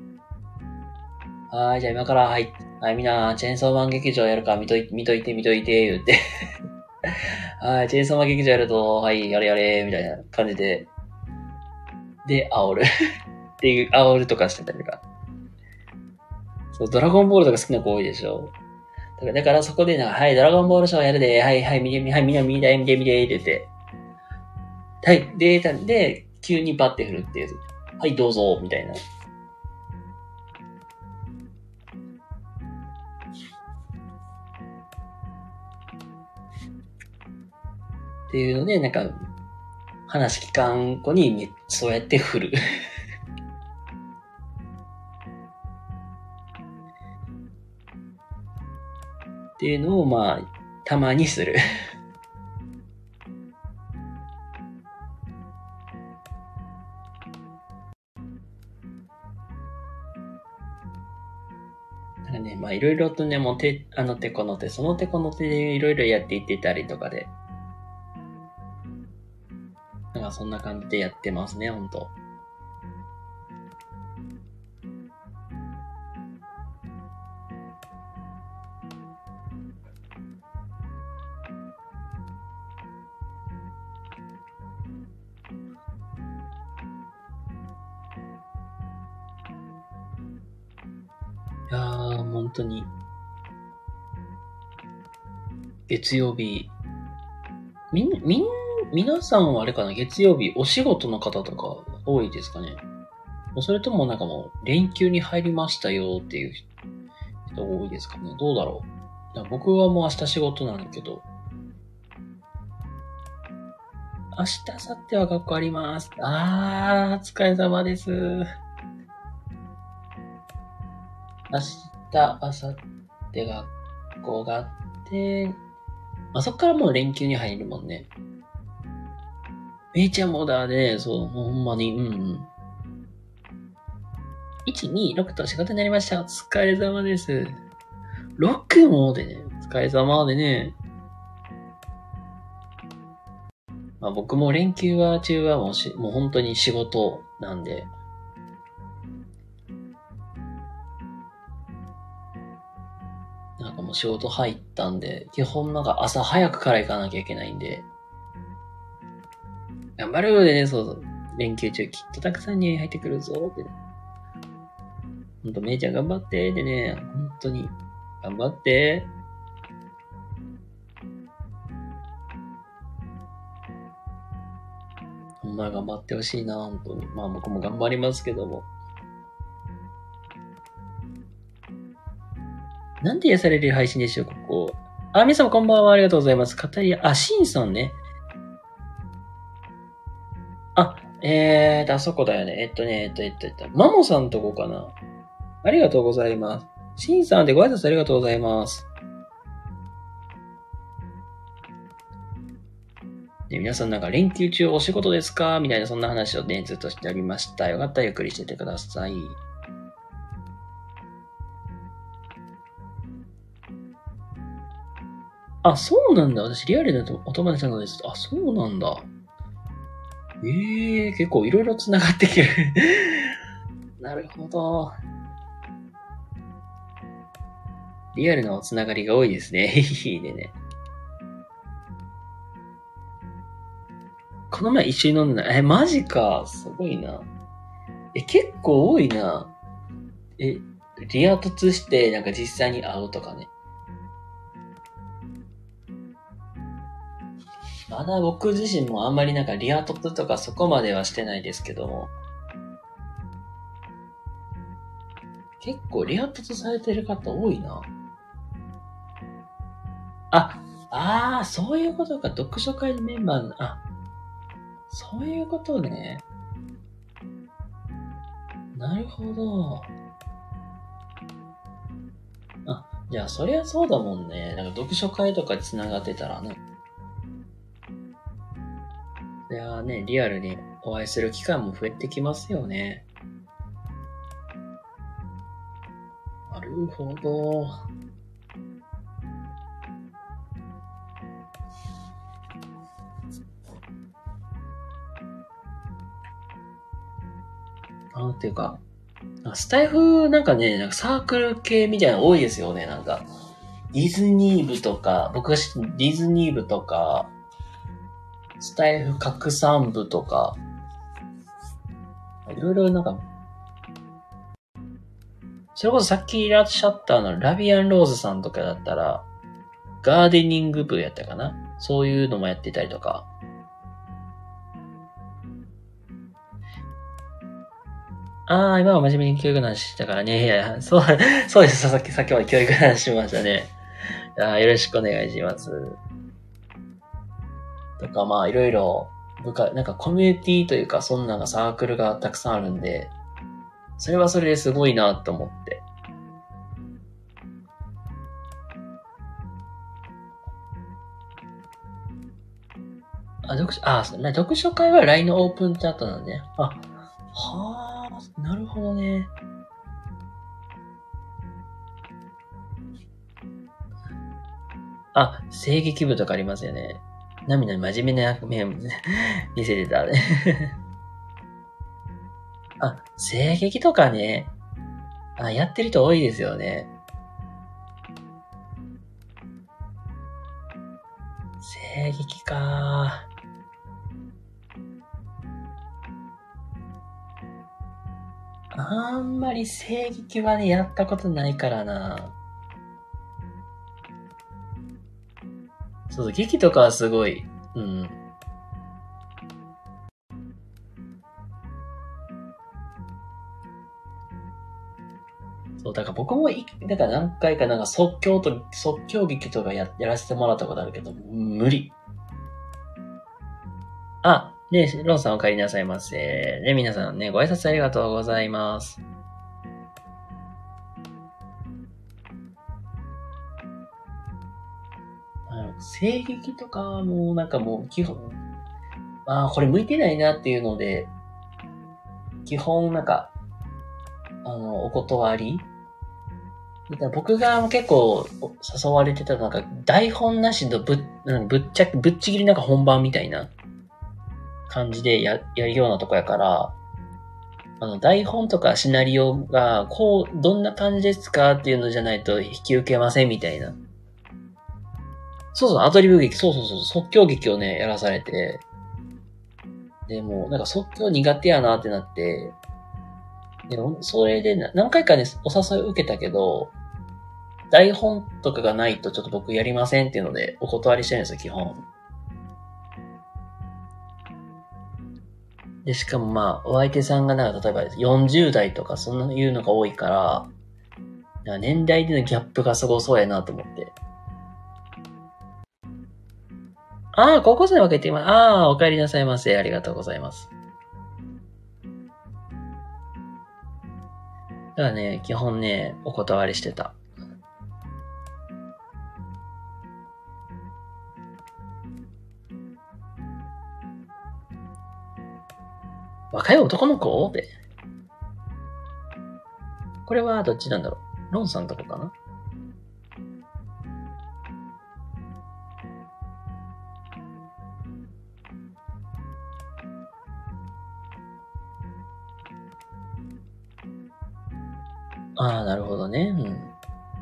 じゃあ今から、はい、みんな、チェーンソーマン劇場やるから見といて、言って。チェーンソーマン劇場やると、はい、やれやれ、みたいな感じで、で、煽る。っていう、煽るとかしてたりとか。そう、ドラゴンボールとか好きな子多いでしょ。だからそこではい、ドラゴンボールショーやるで、はい、はい、みんな見て、って言って。はい、で、急にバッて振るっていう。はい、どうぞ、みたいな。っていうので、なんか、話聞かん子にそうやって振る。っていうのを、たまにする。なんかね、いろいろとね、もうあの手この手、その手この手でいろいろやっていってたりとかで。なんかそんな感じでやってますね、ほんと。いやー、本当に。月曜日。皆さんはあれかな、月曜日お仕事の方とか多いですかね。それともなんかもう連休に入りましたよっていう人多いですかね。どうだろう。僕はもう明日仕事なんだけど、明日、明後日は学校あります。お疲れ様です。明日、明後日学校があって、そっからもう連休に入るもんね。めいちゃんもだね、そう、もうほんまに、うんうん。1、2、6と仕事になりました。お疲れ様です。6もでね、お疲れ様でね。僕も連休中はもう本当に仕事なんで。なんかもう仕事入ったんで、基本なんか朝早くから行かなきゃいけないんで。頑張るでね、そうそう。連休中きっとたくさんに入ってくるぞって。ほんと、めいちゃん頑張ってでね、本当に。頑張って。ほんま頑張ってほしいな、本当に。僕も頑張りますけども。 なんで癒される配信でしょう、ここ。あ、皆様こんばんは。ありがとうございます。シンさんね。あ、あそこだよね。マモさんとこかな。ありがとうございます。シンさんでご挨拶ありがとうございます。で、皆さんなんか連休中お仕事ですかみたいなそんな話をね、ずっとしておりました。よかったらゆっくりしててください。あ、そうなんだ。私リアルだとお友達なのです。あ、そうなんだ。結構いろいろ繋がってきる。なるほど。リアルなおつながりが多いですね。いいね。この前一緒に飲んだ。マジか。すごいな。結構多いな。リア突してなんか実際に会うとかね。まだ僕自身もあんまりなんかリア突とかそこまではしてないですけども。結構リア突されてる方多いな。そういうことか。読書会のメンバーの、そういうことね。なるほど。じゃあそりゃそうだもんね。なんか読書会とかに繋がってたらね。いやね、リアルにお会いする機会も増えてきますよね。なるほど。っていうか、スタイフなんかね、なんかサークル系みたいなの多いですよね、なんか。ディズニー部とか、僕が知ってるディズニー部とか、スタイフ拡散部とか、いろいろなんか、それこそさっきいらっしゃったラビアンローズさんとかだったら、ガーデニング部やったかな？そういうのもやってたりとか。今は真面目に教育の話したからね。いや、そうです。さっきまで教育の話しましたね。よろしくお願いします。とか、いろいろ、なんかコミュニティというか、そんなサークルがたくさんあるんで、それはそれですごいなと思って。読書会は LINE のオープンチャットなんね。なるほどね。声劇部とかありますよね。涙に真面目な面見せてたね。声劇とかね。やってる人多いですよね。声劇か。あんまり声劇はね、やったことないからな。そう、劇とかはすごい、うん。そう、だから僕もだから何回かなんか即興劇とかやらせてもらったことあるけど、無理。ロンさんお帰りなさいませ。皆さんね、ご挨拶ありがとうございます。声劇とかもなんかもう基本、これ向いてないなっていうので、基本なんか、お断り僕が結構誘われてたなんか台本なしのぶっちぎりなんか本番みたいな感じでやるようなとこやから、台本とかシナリオが、どんな感じですかっていうのじゃないと引き受けませんみたいな。アドリブ劇、即興劇をね、やらされて、でも、なんか即興苦手やなってなって、でも、それで何回かね、お誘い受けたけど、台本とかがないとちょっと僕やりませんっていうのでお断りしてるんですよ、基本。で、しかもお相手さんがなんか例えば40代とかそんな言うのが多いから、 年代でのギャップがすごそうやなと思って。ああ、高校生に分けて今、ああ、お帰りなさいませ。ありがとうございます。だからね、基本ね、お断りしてた。若い男の子って。これはどっちなんだろう。ロンさんとこかな。ああ、なるほどね。うん。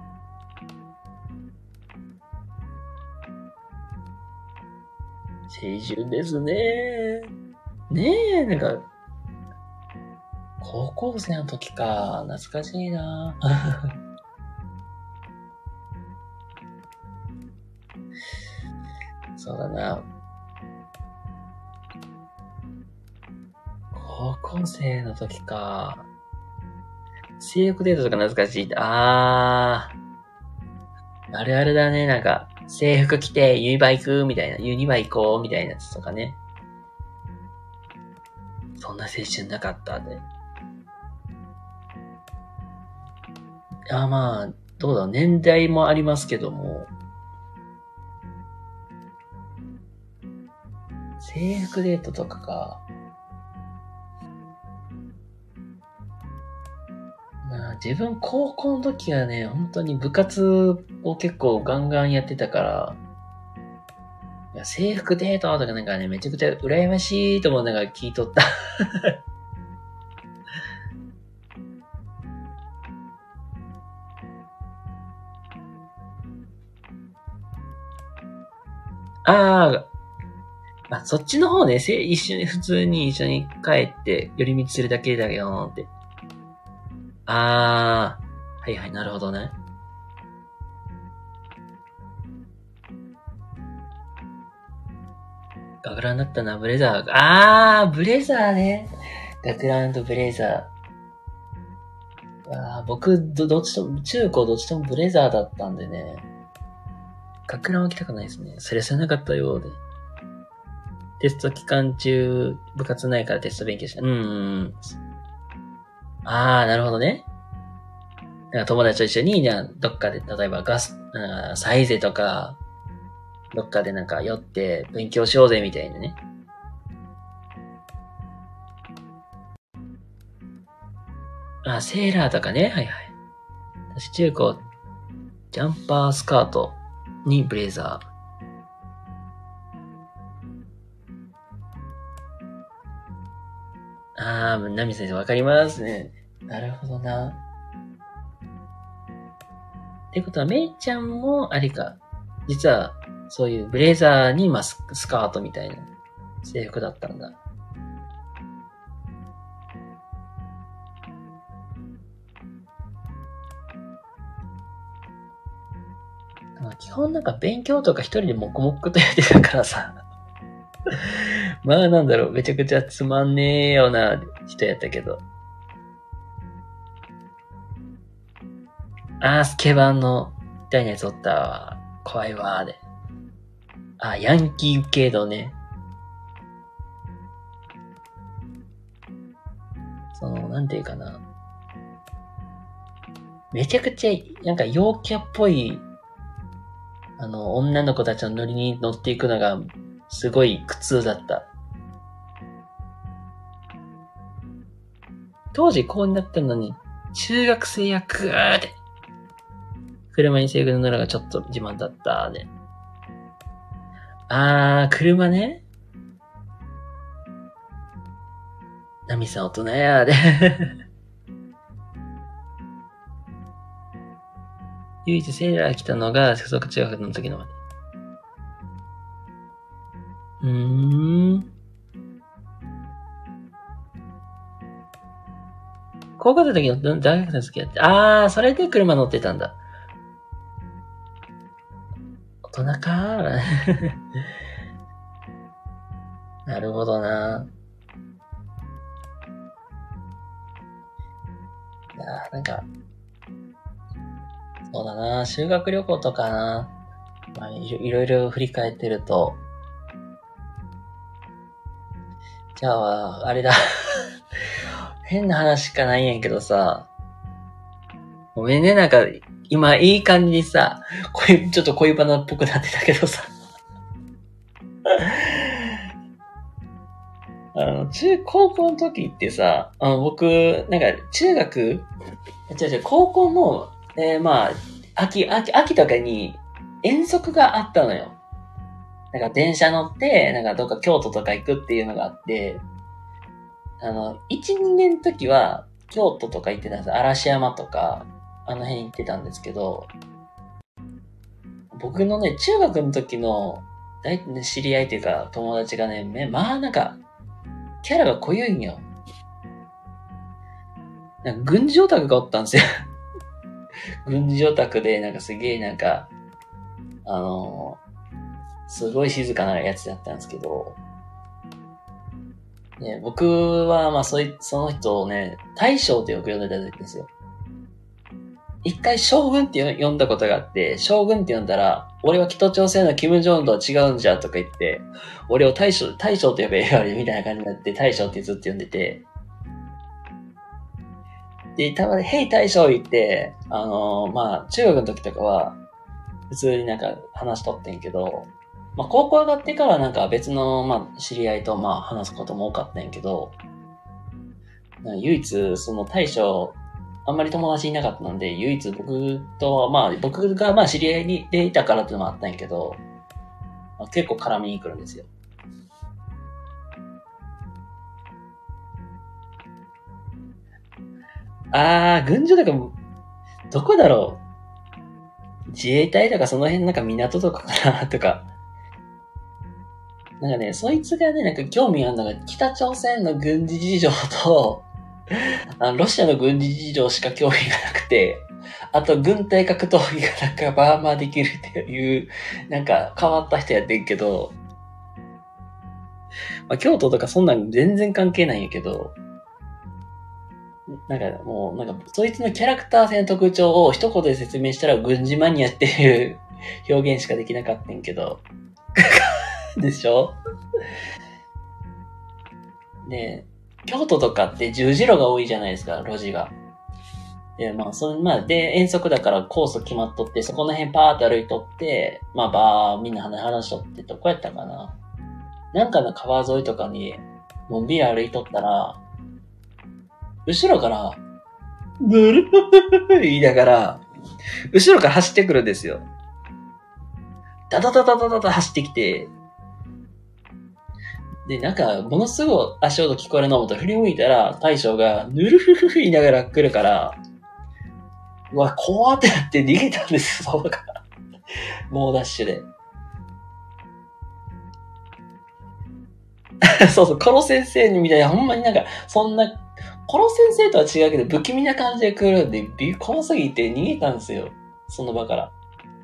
青春ですね。ねえ、なんか、高校生の時か。懐かしいな。そうだな。高校生の時か。制服デートとか懐かしい。あるあるだね。なんか、制服着てユニバ行くみたいな。ユニバ行こうみたいなやつとかね。そんな青春なかったで。まあ、どうだろう。年代もありますけども。制服デートとかか。自分高校の時はね、本当に部活を結構ガンガンやってたから、いや制服デートとかなんかね、めちゃくちゃ羨ましいと思うながら聞いとった。あそっちの方ね、一緒に、普通に一緒に帰って寄り道するだけだよって。はいはい、なるほどね。学ランだったな、ブレザー。ブレザーね。学ランとブレザー。僕、どっちとも、中高どっちともブレザーだったんでね。学ランは着たくないですね。それさなかったようで。テスト期間中、部活ないからテスト勉強した。なるほどね。友達と一緒に、じゃあ、どっかで、例えばサイゼとか、どっかでなんか寄って勉強しようぜみたいなね。セーラーとかね。はいはい。私中高、ジャンパースカートにブレザナミ先生わかりますね。なるほどな。ってことは、めいちゃんも、あれか。実は、そういうブレザーに、スカートみたいな制服だったんだ。基本なんか勉強とか一人で黙々とやってたからさ。なんだろう、めちゃくちゃつまんねえような人やったけど。スケバンの、みたいなやつおったわ。怖いわーで。ヤンキー系のね。なんていうかな。めちゃくちゃ、なんか陽キャっぽい、女の子たちのノリに乗っていくのが、すごい苦痛だった。当時高2だったのに、中学生やくーって、車に制服の乗るのがちょっと自慢だったで。車ね。ナミさん大人やで。唯一セーラー来たのが、所属中学の時のまで。高校生の時の大学生の時やって。それで車乗ってたんだ。大人かー。なるほどな。なんか、 そうだな、修学旅行とかな。まあ、いろいろ振り返ってると。じゃあ、あれだ。変な話しかないんやけどさ。ごめんね、なんか、今いい感じにさ、ちょっと恋バナっぽくなってたけどさ。高校の時ってさ、僕、なんか、高校の、まあ、秋とかに遠足があったのよ。なんか電車乗って、なんかどっか京都とか行くっていうのがあって、1、2年の時は、京都とか行ってたんですよ。嵐山とか、あの辺行ってたんですけど、僕のね、中学の時の、知り合いというか、友達がね、まあなんか、キャラが濃ゆいんよ。なんか軍事オタクがおったんですよ。軍事オタクで、なんかすげえなんか、すごい静かなやつだったんですけど、ね、僕は、まあその人をね、大将ってよく呼んでたんですよ。一回将軍って呼んだことがあって、将軍って呼んだら、俺は北朝鮮のキム・ジョンとは違うんじゃとか言って、俺を大将って呼べよみたいな感じになって、大将ってずっと呼んでて、で、たまに、ヘイ大将言って、まあ、中学の時とかは、普通になんか話しとってんけど、まあ、高校上がってからなんか別の、まあ、知り合いとまあ話すことも多かったんやけど、唯一、その大将、あんまり友達いなかったので、唯一僕がまあ知り合いでいたからってのもあったんやけど、まあ、結構絡みに来るんですよ。軍事とか、どこだろう、自衛隊とかその辺なんか港とかかなとか。なんかね、そいつがね、なんか興味あるのが北朝鮮の軍事事情と、ロシアの軍事事情しか興味がなくて、あと軍隊格闘技がなんかバーマーできるっていう、なんか変わった人やってんけど、まあ、京都とかそんなん全然関係ないんやけど、なんかもう、なんかそいつのキャラクター性の特徴を一言で説明したら軍事マニアっていう表現しかできなかったんやけど。でしょ？で、京都とかって十字路が多いじゃないですか、路地が。で、で、遠足だからコース決まっとって、そこの辺パーって歩いとって、みんな話しとって、どこやったかな。なんかの川沿いとかに、のんびり歩いとったら、後ろから、ブルー言いながら、後ろから走ってくるんですよ。ダダダダダダダ走ってきて、で、なんか、ものすごい足音聞こえるのと振り向いたら、大将が、ぬるふふふ言いながら来るから、うわ、怖ってなって逃げたんですよ、そこから。猛ダッシュで。そうそう、コロ先生にみたいな、ほんまになんか、そんな、コロ先生とは違うけど、不気味な感じで来るんで、怖すぎて逃げたんですよ。その場から。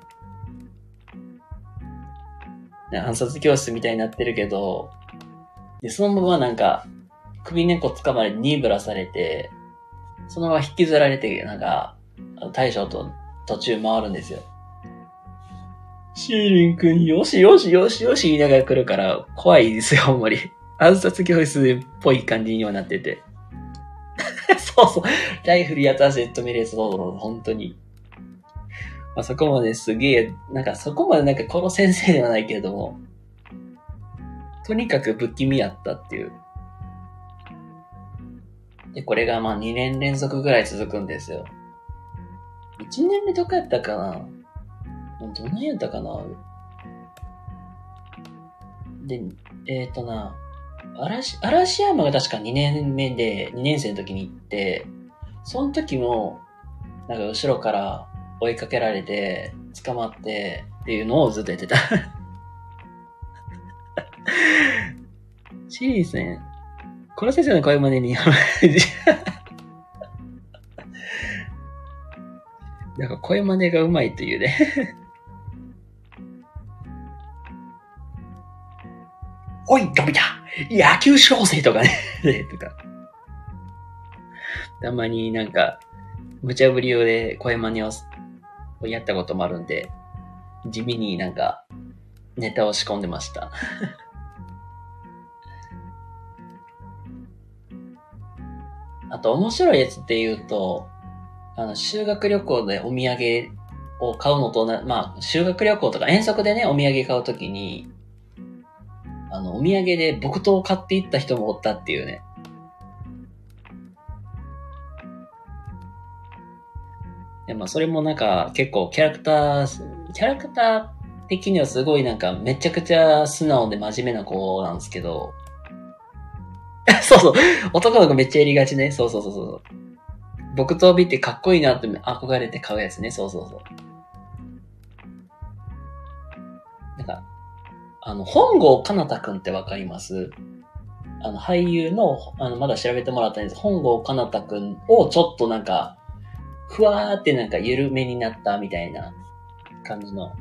暗殺教室みたいになってるけど、で、そのままなんか、首根っこ掴まれてニーブラされて、そのまま引きずられて、なんか、大将と途中回るんですよ。シーリン君、よしよしよしよし言いながら来るから、怖いですよ、ほんまに。暗殺教室っぽい感じにはなってて。そうそう。ライフルやったらゼットミレース、そう、本当に。まあ、そこまですげえ、なんかそこまでなんかこの先生ではないけれども、とにかく不気味やったっていう。で、これがまあ2年連続ぐらい続くんですよ。1年目どこやったかな？どの辺やったかな？で、嵐山が確か2年目で、2年生の時に行って、その時も、なんか後ろから追いかけられて、捕まって、っていうのをずっとやってた。シリーズね、この先生の声真似に、なんか声真似がうまいというね。おい、ガビタ野球小生とかね。とか。たまになんか、無茶ぶり用で声真似をやったこともあるんで、地味になんかネタを仕込んでました。あと面白いやつって言うと、修学旅行でお土産を買うのとまあ、修学旅行とか遠足でね、お土産買うときに、お土産で木刀を買っていった人もおったっていうね。で、まあ、それもなんか結構キャラクター的にはすごいなんかめちゃくちゃ素直で真面目な子なんですけど、そうそう、男の子めっちゃやりがちね。そうそうそうそう。木刀見てかっこいいなって憧れて買うやつね。そうそうそう。なんか、本郷奏太くんってわかります？俳優の、まだ調べてもらったんです。本郷奏太くんをちょっとなんか、ふわーってなんか緩めになったみたいな感じの。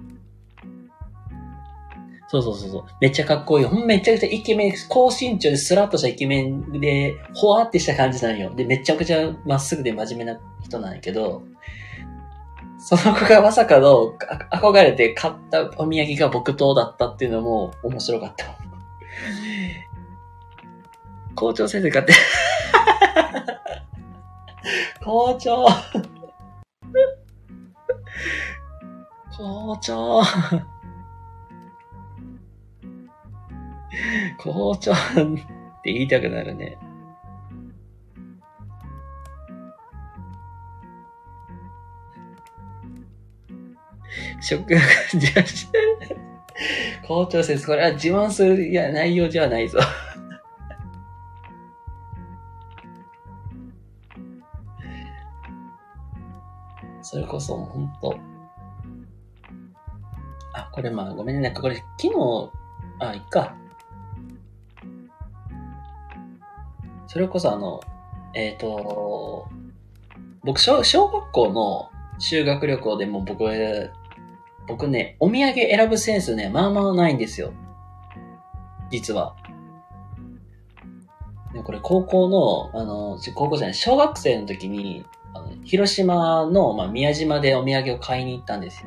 そうそうそうそう。めっちゃかっこいい。めちゃくちゃイケメン、高身長でスラッとしたイケメンで、ほわーってした感じなんよ。で、めちゃくちゃまっすぐで真面目な人なんやけど、その子がまさかの憧れて買ったお土産が木刀だったっていうのも面白かった。校長先生買って。校長校長校長って言いたくなるね。ショックな感じがして。校長先生、これは自慢する内容じゃないぞ。それこそ、ほんと。あ、これまあ、ごめんね。なんかこれ、昨日、いっか。それこそ僕、小学校の修学旅行でも僕ね、お土産選ぶセンスね、まあまあないんですよ。実は。これ高校じゃない、小学生の時に、広島の、宮島でお土産を買いに行ったんですよ。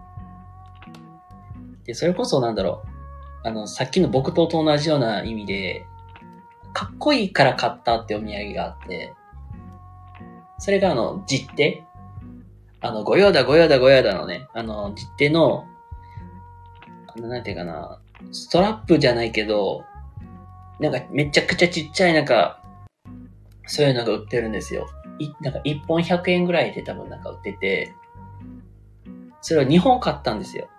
で、それこそなんだろう、さっきの木刀と同じような意味で、かっこいいから買ったってお土産があって、それが実手ご用だのね、実手の、なんていうかな、ストラップじゃないけど、なんかめちゃくちゃちっちゃいなんか、そういうのが売ってるんですよ。なんか1本100円ぐらいで多分なんか売ってて、それを2本買ったんですよ。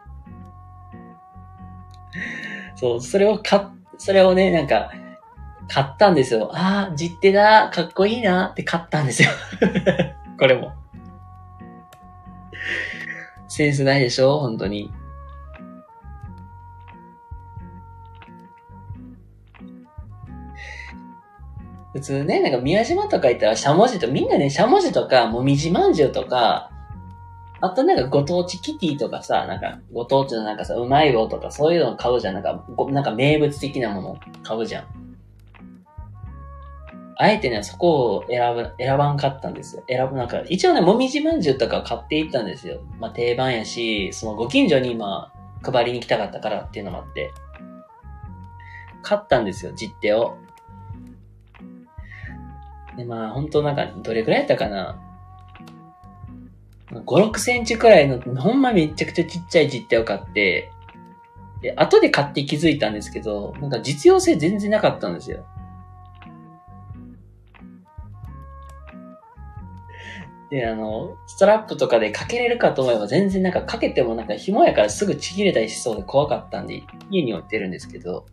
そう、それをね、なんか、買ったんですよ。ああ、実手だ、かっこいいなって買ったんですよ。これも。センスないでしょ本当に。普通ね、なんか宮島とか行ったらしゃもじと、みんなね、しゃもじとか、もみじまんじゅうとか、あとなんかご当地キティとかさ、なんかご当地のなんかさ、うまい棒とかそういうの買うじゃん。なんか名物的なもの買うじゃん。あえてね、そこを選ばんかったんですよ。なんか、一応ね、もみじまんじゅうとか買っていったんですよ。まあ定番やし、そのご近所に今、配りに来たかったからっていうのもあって。買ったんですよ、実手を。で、まあ、ほんとなんか、どれくらいやったかな。5、6センチくらいの、ほんまめちゃくちゃちっちゃい実手を買って、で、後で買って気づいたんですけど、なんか実用性全然なかったんですよ。で、ストラップとかでかけれるかと思えば全然なんかかけてもなんか紐やからすぐちぎれたりしそうで怖かったんで、家に置いてるんですけど、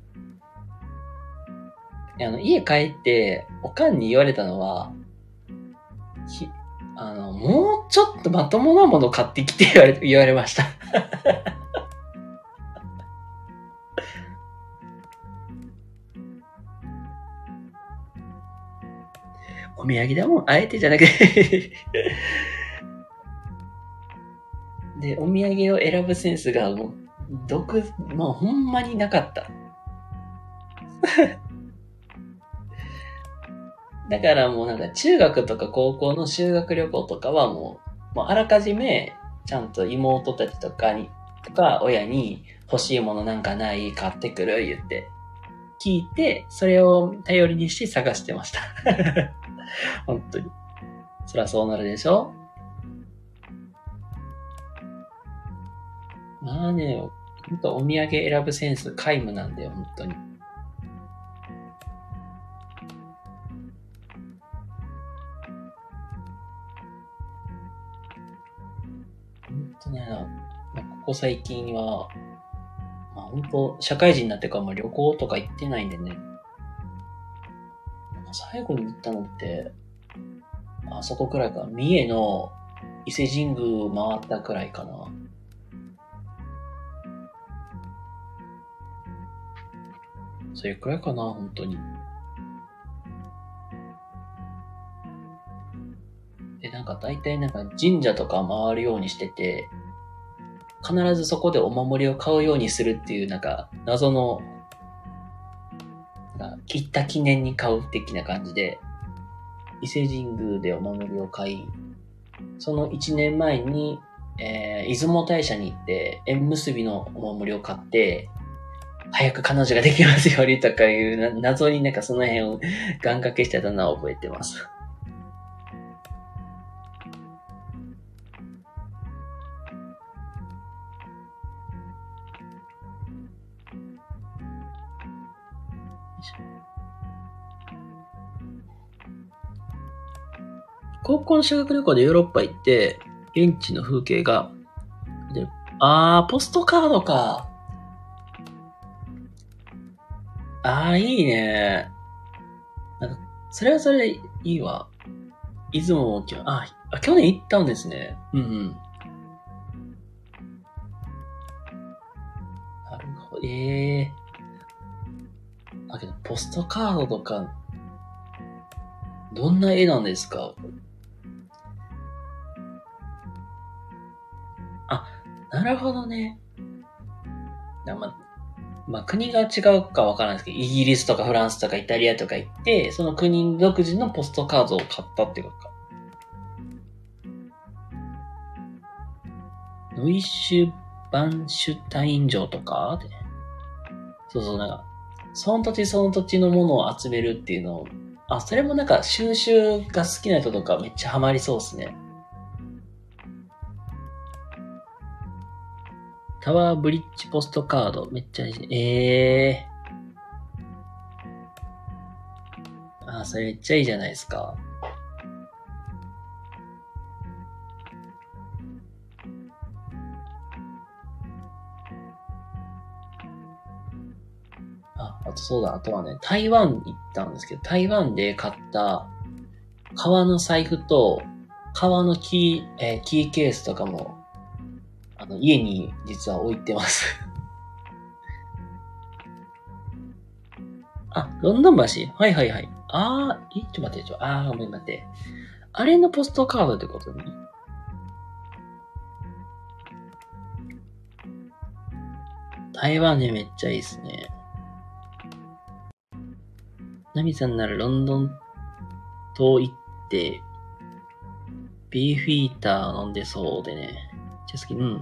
家帰って、おかんに言われたのは、もうちょっとまともなもの買ってきて言われました。お土産だもん、あえてじゃなくてで、お土産を選ぶセンスがもう、まあほんまになかった。だからもうなんか中学とか高校の修学旅行とかはもうあらかじめ、 ちゃんと妹たちとか親に欲しいものなんかない買ってくる言って聞いて、それを頼りにして探してました。本当に。そらそうなるでしょ。まあね、ほんとお土産選ぶセンス皆無なんだよ、本当に。本当ね、ここ最近は、まあ本当社会人になってから旅行とか行ってないんでね。最後に行ったのって、あそこくらいか。三重の伊勢神宮回ったくらいかな。それくらいかな、本当に。で、大体神社とか回るようにしてて、必ずそこでお守りを買うようにするっていう謎の、行った記念に買う的な感じで、伊勢神宮でお守りを買い、その1年前に、出雲大社に行って縁結びのお守りを買って、早く彼女ができますようにとかいう謎にその辺を願掛けしてたのは覚えてます。高校の修学旅行でヨーロッパ行って、現地の風景が、ポストカードか。いいね。それはそれいいわ。出雲も去年行ったんですね。うんうん。なるほど。けど、ポストカードとか、どんな絵なんですか？なるほどね。国が違うかわからないですけど、イギリスとかフランスとかイタリアとか行って、その国独自のポストカードを買ったってことか。ノイシュバンシュタイン城とかって。そうそう、その土地その土地のものを集めるっていうのを、それも収集が好きな人とかめっちゃハマりそうですね。タワーブリッジポストカード、めっちゃいい。それめっちゃいいじゃないですか。あとそうだ、あとはね、台湾行ったんですけど、台湾で買った革の財布と、革のキーケースとかも、家に実は置いてます。ロンドン橋はいはいはい。ちょっと待って、ごめん待って。あれのポストカードってことね。台湾ね、めっちゃいいっすね。ナミさんならロンドン島行って、ビーフィーター飲んでそうでね。めっちゃ好き。うん。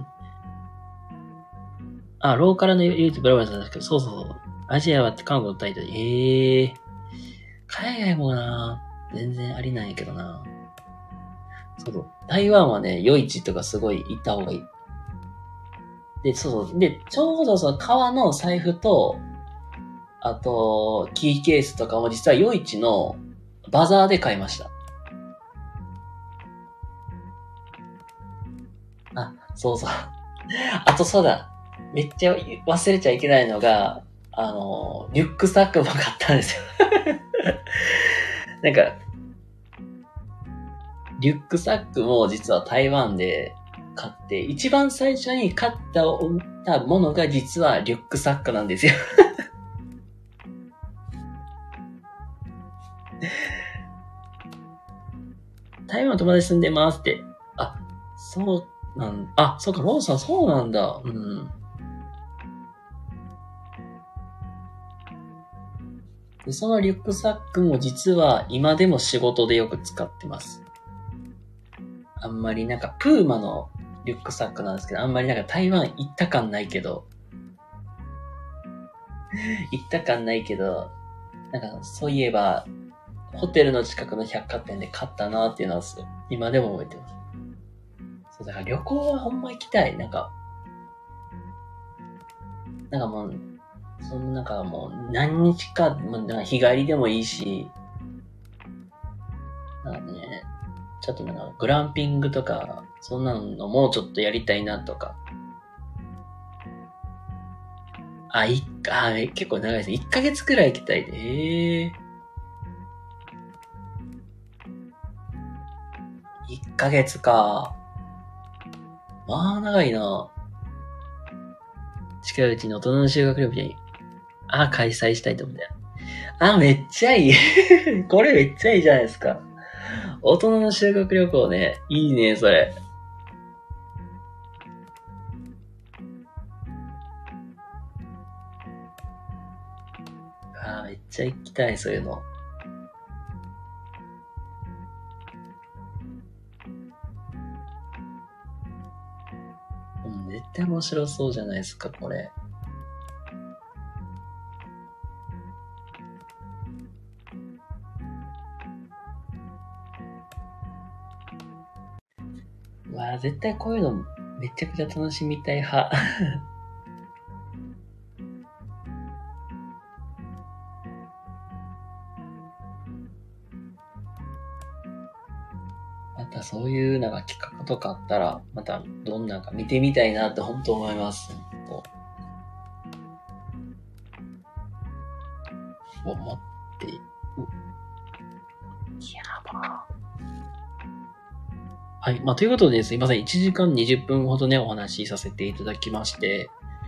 ローカルの唯一ブラバラさんですけど、そうそうそう。アジアはって韓国のタイトル。海外もな、全然ありなんやけどな。そう。台湾はね、夜市とかすごい行った方がいい。で、そうそう。で、ちょうどその革の財布と、あと、キーケースとかも実は夜市のバザーで買いました。そうそう。あとそうだ。めっちゃ忘れちゃいけないのが、リュックサックも買ったんですよ。リュックサックも実は台湾で買って、一番最初に買ったものが実はリュックサックなんですよ。台湾の友達住んでますって。そうなんだ。そうか、ローさんそうなんだ。うん。で、そのリュックサックも実は今でも仕事でよく使ってます。あんまりプーマのリュックサックなんですけど、あんまりなんか台湾行った感ないけど、なんかそういえば、ホテルの近くの百貨店で買ったなっていうのは今でも覚えてます。そう、だから旅行はほんま行きたい。なんかもう、なんかもう何日か、なんか日帰りでもいいし、なんかね、ちょっとなんかグランピングとか、そんなのもうちょっとやりたいなとか。結構長いですね。1ヶ月くらい行きたいで。1ヶ月か。まあ、長いな。近いうちに大人の修学旅行に、開催したいと思うんだよ。めっちゃいい。これめっちゃいいじゃないですか。大人の修学旅行ね。いいね、それ。めっちゃ行きたい、そういうの。絶対面白そうじゃないですか、これ。絶対こういうのめちゃくちゃ楽しみたい派。またそういうなんか企画とかあったら、またどんなんか見てみたいなって本当思います。思って、やばはい。ということで、すいません。1時間20分ほどね、お話しさせていただきまして。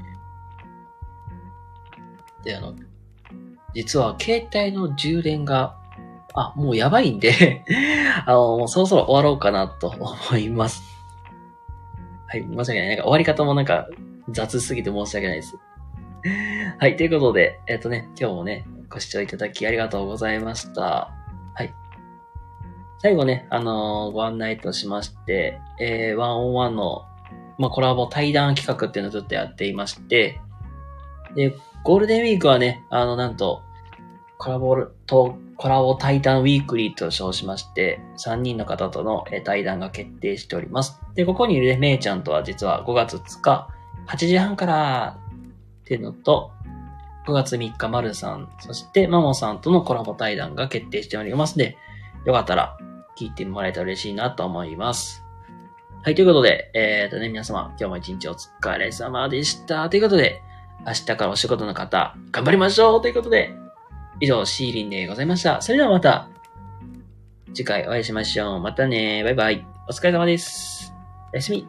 で、実は携帯の充電が、もうやばいんでもうそろそろ終わろうかなと思います。はい。申し訳ない。なんか終わり方もなんか雑すぎて申し訳ないです。はい。ということで、今日もね、ご視聴いただきありがとうございました。はい。最後ね、ご案内としまして、ワンオンワンの、コラボ対談企画っていうのをずっとやっていまして、で、ゴールデンウィークはね、なんと、コラボ対談ウィークリーと称しまして、3人の方との対談が決定しております。で、ここにいるね、めいちゃんとは実は5月2日、8時半からっていうのと、5月3日、まるさん、そしてマモさんとのコラボ対談が決定しておりますので、よかったら聞いてもらえたら嬉しいなと思います。はい、ということで、皆様、今日も一日お疲れ様でした。ということで、明日からお仕事の方、頑張りましょうということで、以上、シーリンでございました。それではまた、次回お会いしましょう。またね。バイバイ。お疲れ様です。おやすみ。